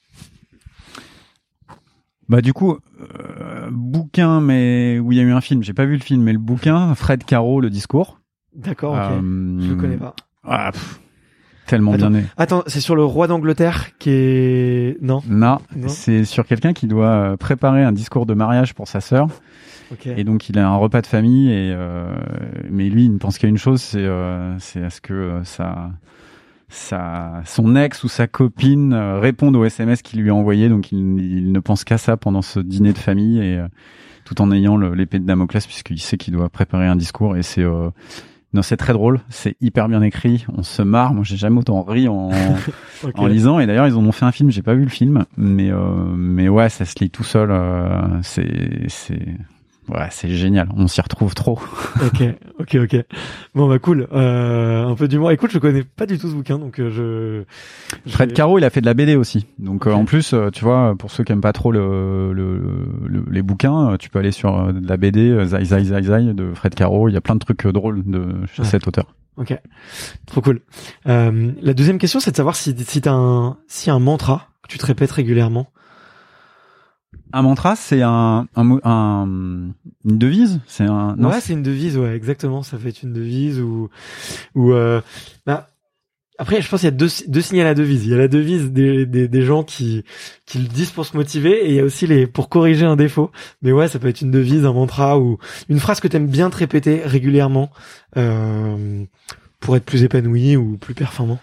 Bah du coup, euh, bouquin, mais où il y a eu un film. J'ai pas vu le film, mais le bouquin, Fred Caro, le discours. D'accord, ok. Euh, Je le connais pas. Ah, pff, tellement attends, bien né. Attends, c'est sur le roi d'Angleterre qui est non. Non, non. C'est sur quelqu'un qui doit préparer un discours de mariage pour sa sœur. Okay. Et donc il a un repas de famille et euh, mais lui il ne pense qu'à une chose, c'est euh, c'est à ce que euh, ça. Sa, son ex ou sa copine euh, répondent au S M S qu'il lui a envoyé, donc il, il ne pense qu'à ça pendant ce dîner de famille et euh, tout en ayant le, l'épée de Damoclès puisqu'il sait qu'il doit préparer un discours et c'est euh, non c'est très drôle, c'est hyper bien écrit, on se marre, moi j'ai jamais autant ri en, okay. en lisant et d'ailleurs ils en ont fait un film, j'ai pas vu le film mais euh, mais ouais ça se lit tout seul, euh, c'est c'est ouais, c'est génial. On s'y retrouve trop. Ok, ok, ok. Bon bah cool. Euh, un peu d'humour. Écoute, je connais pas du tout ce bouquin, donc euh, je. Fred Caro, il a fait de la B D aussi. Donc okay. euh, en plus, euh, tu vois, pour ceux qui aiment pas trop le, le, le les bouquins, euh, tu peux aller sur euh, de la B D, euh, Zai Zai Zai Zai de Fred Caro. Il y a plein de trucs euh, drôles de chez ouais. cet auteur. Ok, trop cool. Euh, la deuxième question, c'est de savoir si si t'as un si un mantra que tu te répètes régulièrement. Un mantra, c'est un, un, un une devise, c'est un. Non, ouais, c'est une devise, ouais, exactement. Ça fait une devise ou ou euh, bah après, je pense qu'il y a deux deux signes à la devise. Il y a la devise des des, des gens qui qui le disent pour se motiver, et il y a aussi les pour corriger un défaut. Mais ouais, ça peut être une devise, un mantra ou une phrase que t'aimes bien te répéter régulièrement euh, pour être plus épanoui ou plus performant.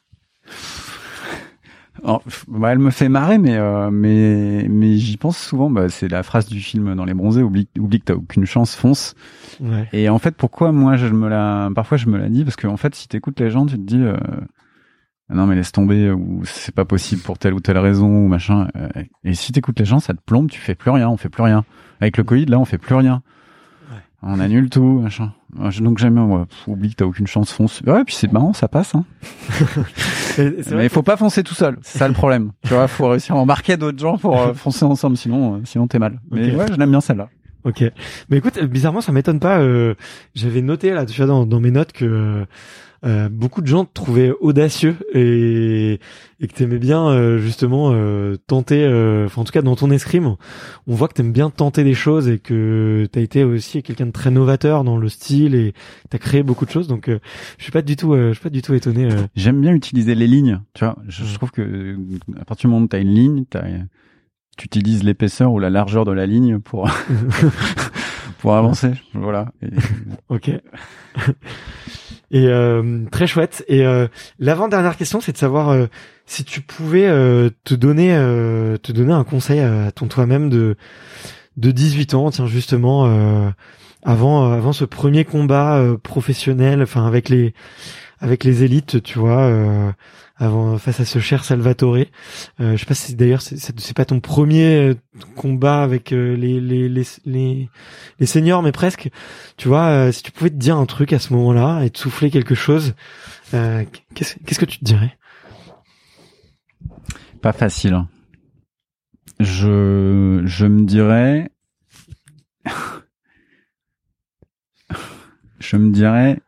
Alors, bah, elle me fait marrer, mais euh, mais mais j'y pense souvent. Bah, c'est la phrase du film Dans les Bronzés, oublie, oublie que t'as aucune chance, fonce. Ouais. Et en fait, pourquoi moi je me la, parfois je me la dis parce que en fait, si t'écoutes les gens, tu te dis euh, non mais laisse tomber ou c'est pas possible pour telle ou telle raison ou machin. Et si t'écoutes les gens, ça te plombe, tu fais plus rien, on fait plus rien. Avec le Covid, là, on fait plus rien. On annule tout, machin. Donc jamais, ouais, oublie que t'as aucune chance, fonce. Ouais, puis c'est marrant, ça passe. Hein. Mais il faut pas foncer tout seul, c'est ça le problème. Tu vois, faut réussir à embarquer d'autres gens pour euh, foncer ensemble, sinon, euh, sinon t'es mal. Mais okay. Ouais, je l'aime bien celle-là. Ok. Mais écoute, bizarrement, ça m'étonne pas. Euh, j'avais noté là, tu vois, dans, dans mes notes que euh, beaucoup de gens te trouvaient audacieux et, et que t'aimais bien euh, justement euh, tenter. Euh, enfin, en tout cas, dans ton escrime, on voit que t'aimes bien tenter des choses et que t'as été aussi quelqu'un de très novateur dans le style et t'as créé beaucoup de choses. Donc, euh, je suis pas du tout, euh, je suis pas du tout étonné. Euh. J'aime bien utiliser les lignes. Tu vois, je, je trouve que à partir du moment où t'as une ligne, t'as tu utilises l'épaisseur ou la largeur de la ligne pour pour avancer. Voilà. Et... Ok. Et euh, très chouette. Et euh, l'avant-dernière question, c'est de savoir euh, si tu pouvais euh, te donner euh, te donner un conseil à ton toi-même de de dix-huit ans, tiens justement euh, avant avant ce premier combat euh, professionnel, enfin avec les avec les élites, tu vois, euh, avant face à ce cher Salvatore. Euh, je sais pas si d'ailleurs c'est, c'est pas ton premier combat avec euh, les, les les les les seniors, mais presque. Tu vois, euh, si tu pouvais te dire un truc à ce moment-là et te souffler quelque chose, euh, qu'est-ce qu'est-ce que tu te dirais? Pas facile. Hein. Je je me dirais je me dirais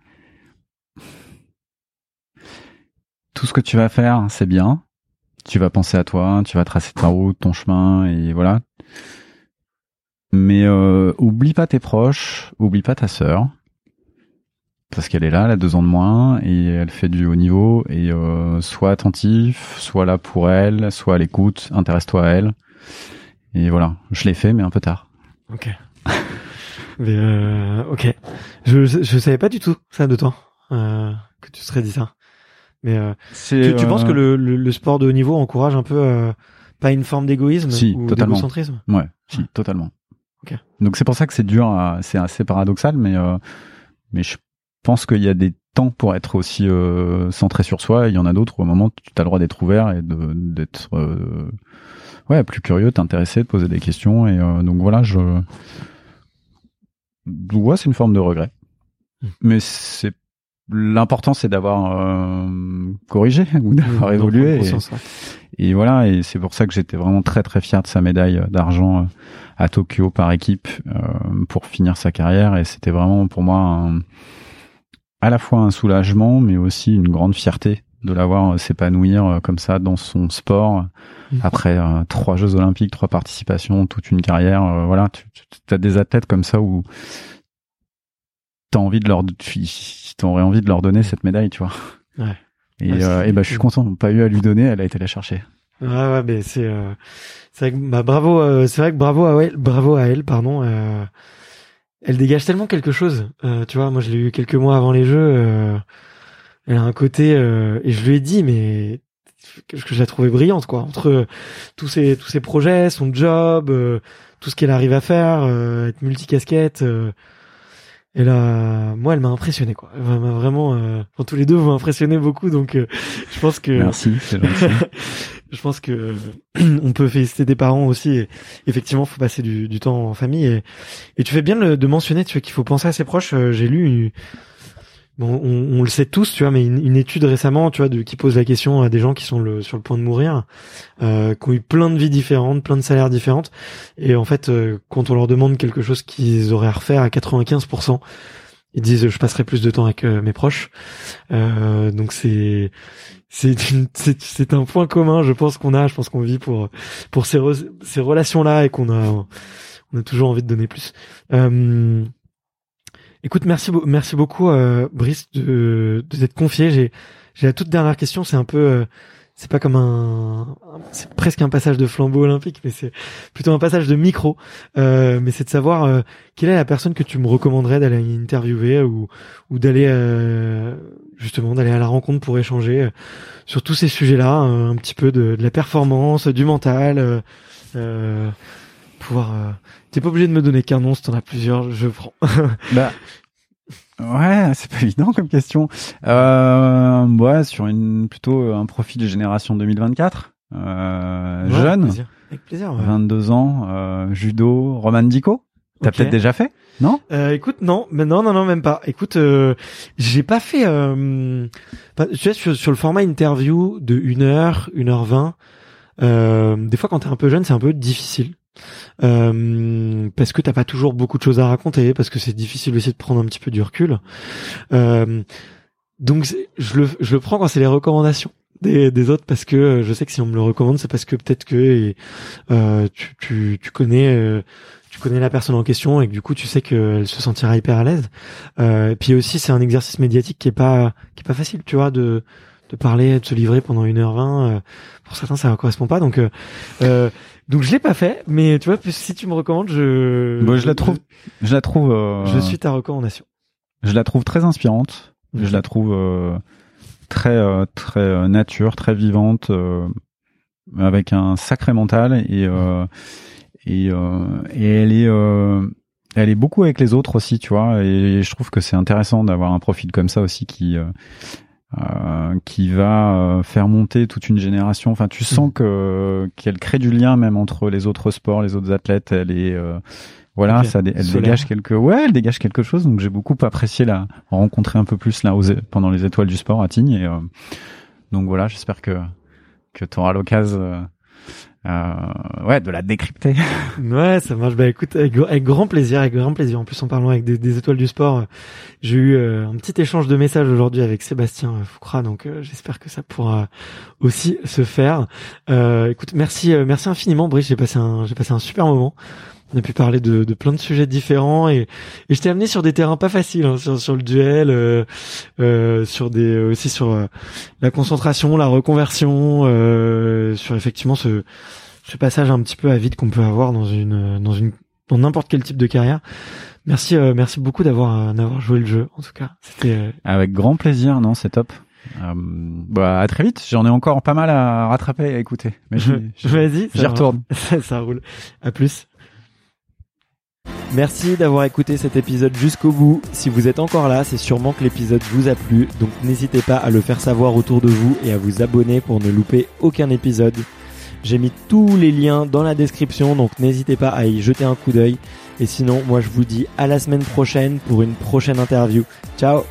tout ce que tu vas faire, c'est bien. Tu vas penser à toi, tu vas tracer ta route, ton chemin, et voilà. Mais euh, oublie pas tes proches, oublie pas ta sœur, parce qu'elle est là, elle a deux ans de moins, et elle fait du haut niveau. Et euh, sois attentif, sois là pour elle, sois à l'écoute, intéresse-toi à elle. Et voilà, je l'ai fait, mais un peu tard. Ok. mais euh, ok. Je je savais pas du tout ça de toi, euh, que tu serais dit ça. Mais euh, tu, tu euh... penses que le, le, le sport de haut niveau encourage un peu euh, pas une forme d'égoïsme si, ou totalement. d'égocentrisme? Ouais, si, totalement. Okay. Donc c'est pour ça que c'est dur, à, c'est assez paradoxal, mais euh, mais je pense qu'il y a des temps pour être aussi euh, centré sur soi. Et il y en a d'autres où au moment tu as le droit d'être ouvert et de d'être euh, ouais plus curieux, t'intéresser, de poser des questions. Et euh, donc voilà, je ouais, c'est une forme de regret, mmh. mais c'est l'important, c'est d'avoir euh, corrigé ou d'avoir mmh, évolué. Et, ouais. et voilà, et c'est pour ça que j'étais vraiment très très fier de sa médaille d'argent à Tokyo par équipe euh, pour finir sa carrière. Et c'était vraiment pour moi un, à la fois un soulagement, mais aussi une grande fierté de l'avoir s'épanouir comme ça dans son sport mmh. après euh, trois Jeux Olympiques, trois participations, toute une carrière. Euh, voilà, tu, tu as des athlètes comme ça où t'as envie de leur, t'aurais envie de leur donner cette médaille, tu vois. Ouais. Et, ouais, euh, et bah, je suis content, on n'a pas eu à lui donner, elle a été la chercher. Ouais, ouais, mais c'est, euh, c'est vrai que, bah, bravo, euh, c'est vrai que bravo à elle, bravo à elle, pardon, euh, elle dégage tellement quelque chose, euh, tu vois, moi je l'ai eu quelques mois avant les Jeux, euh, elle a un côté, euh, et je lui ai dit, mais, que je la trouvais brillante, quoi, entre tous ses, tous ses projets, son job, euh, tout ce qu'elle arrive à faire, euh, être multicasquette, euh, et là, moi, elle m'a impressionné, quoi. Elle m'a vraiment, euh, enfin, tous les deux m'ont impressionné beaucoup, donc euh, je pense que. Merci, c'est gentil. Je pense que euh, on peut féliciter des parents aussi. Et effectivement, faut passer du, du temps en famille. Et, et tu fais bien le, de mentionner, tu vois, qu'il faut penser à ses proches. Euh, j'ai lu, une, bon, on, on le sait tous, tu vois, mais une, une étude récemment, tu vois, de qui pose la question à des gens qui sont le, sur le point de mourir, euh, qui ont eu plein de vies différentes, plein de salaires différentes. Et en fait, euh, quand on leur demande quelque chose qu'ils auraient à refaire à quatre-vingt-quinze pour cent, ils disent je passerai plus de temps avec euh, mes proches. Euh, donc c'est c'est, une, c'est c'est un point commun, je pense qu'on a, je pense qu'on vit pour pour ces re, ces relations là et qu'on a on a toujours envie de donner plus. Euh, écoute, merci merci beaucoup euh, Brice de de t'être confié. J'ai j'ai la toute dernière question, c'est un peu euh, c'est pas comme un, c'est presque un passage de flambeau olympique, mais c'est plutôt un passage de micro. Euh, mais c'est de savoir euh, quelle est la personne que tu me recommanderais d'aller interviewer ou ou d'aller euh, justement d'aller à la rencontre pour échanger euh, sur tous ces sujets-là, euh, un petit peu de, de la performance, du mental. Euh, euh, pouvoir. Euh... T'es pas obligé de me donner qu'un nom, si t'en as plusieurs, je prends. bah. Ouais, c'est pas évident comme question. Euh, ouais, sur une plutôt un profil de génération deux mille vingt-quatre, euh, ouais, jeune, avec plaisir. Avec plaisir, ouais. vingt-deux ans, euh, judo, Roman Dico. T'as okay. peut-être déjà fait? Non. Euh, écoute, non, mais non, non, non, même pas. Écoute, euh, j'ai pas fait. Euh, pas, tu sais, sur, sur le format interview de une heure, une heure vingt. Euh, des fois, quand t'es un peu jeune, c'est un peu difficile. Euh, parce que t'as pas toujours beaucoup de choses à raconter, parce que c'est difficile aussi de prendre un petit peu du recul. Euh, donc, je le, je le prends quand c'est les recommandations des, des autres, parce que je sais que si on me le recommande, c'est parce que peut-être que et, euh, tu, tu, tu connais. Euh, tu connais la personne en question et que du coup tu sais qu'elle se sentira hyper à l'aise. Euh, et puis aussi c'est un exercice médiatique qui est pas qui est pas facile, tu vois, de de parler, de se livrer pendant une heure vingt. Euh, pour certains ça ne correspond pas, donc euh, euh, donc je l'ai pas fait, mais tu vois, si tu me recommandes, je Bon, je la trouve, je la trouve. Euh, je suis ta recommandation. Je la trouve très inspirante. Mmh. Je la trouve euh, très euh, très euh, nature, très vivante, euh, avec un sacré mental et euh, Et, euh, et elle est, euh, elle est beaucoup avec les autres aussi, tu vois. Et je trouve que c'est intéressant d'avoir un profil comme ça aussi qui, euh, euh, qui va euh, faire monter toute une génération. Enfin, tu sens que qu'elle crée du lien même entre les autres sports, les autres athlètes. Elle est, euh, voilà, okay. ça, elle Solaire. dégage quelque, ouais, elle dégage quelque chose. Donc j'ai beaucoup apprécié la rencontrer un peu plus là aux, pendant les Étoiles du Sport à Tignes. Et euh, donc voilà, j'espère que que tu auras l'occasion. Euh, Euh, ouais, de la décrypter. Ouais, ça marche. Bah écoute, avec, avec grand plaisir, avec grand plaisir. En plus, en parlant avec des, des étoiles du sport, j'ai eu euh, un petit échange de messages aujourd'hui avec Sébastien Foucra, donc euh, j'espère que ça pourra aussi se faire. Euh, écoute, merci, euh, merci infiniment, Brice. J'ai passé un, j'ai passé un super moment. On a pu parler de, de plein de sujets différents et, et je t'ai amené sur des terrains pas faciles, hein, sur, sur le duel, euh, euh, sur des aussi sur euh, la concentration, la reconversion, euh, sur effectivement ce, ce passage un petit peu à vide qu'on peut avoir dans une dans une dans n'importe quel type de carrière. Merci, euh, merci beaucoup d'avoir d'avoir joué le jeu. En tout cas, c'était euh... avec grand plaisir. Non, c'est top. Euh, bah à très vite. J'en ai encore pas mal à rattraper et à écouter. Mais j'y, j'y, vas-y, j'y retourne. Ça, ça roule. À plus. Merci d'avoir écouté cet épisode jusqu'au bout. Si vous êtes encore là, c'est sûrement que l'épisode vous a plu, donc n'hésitez pas à le faire savoir autour de vous et à vous abonner pour ne louper aucun épisode. J'ai mis tous les liens dans la description, donc n'hésitez pas à y jeter un coup d'œil. Et sinon, moi je vous dis à la semaine prochaine pour une prochaine interview. Ciao!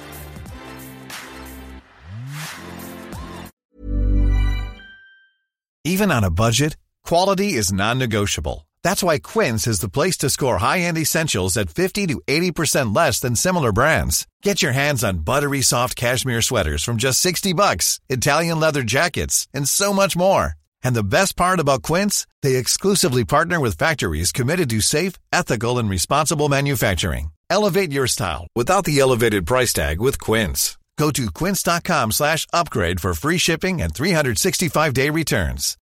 Even on a budget, quality is non-negotiable. That's why Quince is the place to score high-end essentials at fifty to eighty percent less than similar brands. Get your hands on buttery soft cashmere sweaters from just sixty bucks, Italian leather jackets, and so much more. And the best part about Quince, they exclusively partner with factories committed to safe, ethical, and responsible manufacturing. Elevate your style without the elevated price tag with Quince. Go to quince dot com slash upgrade for free shipping and three sixty-five day returns.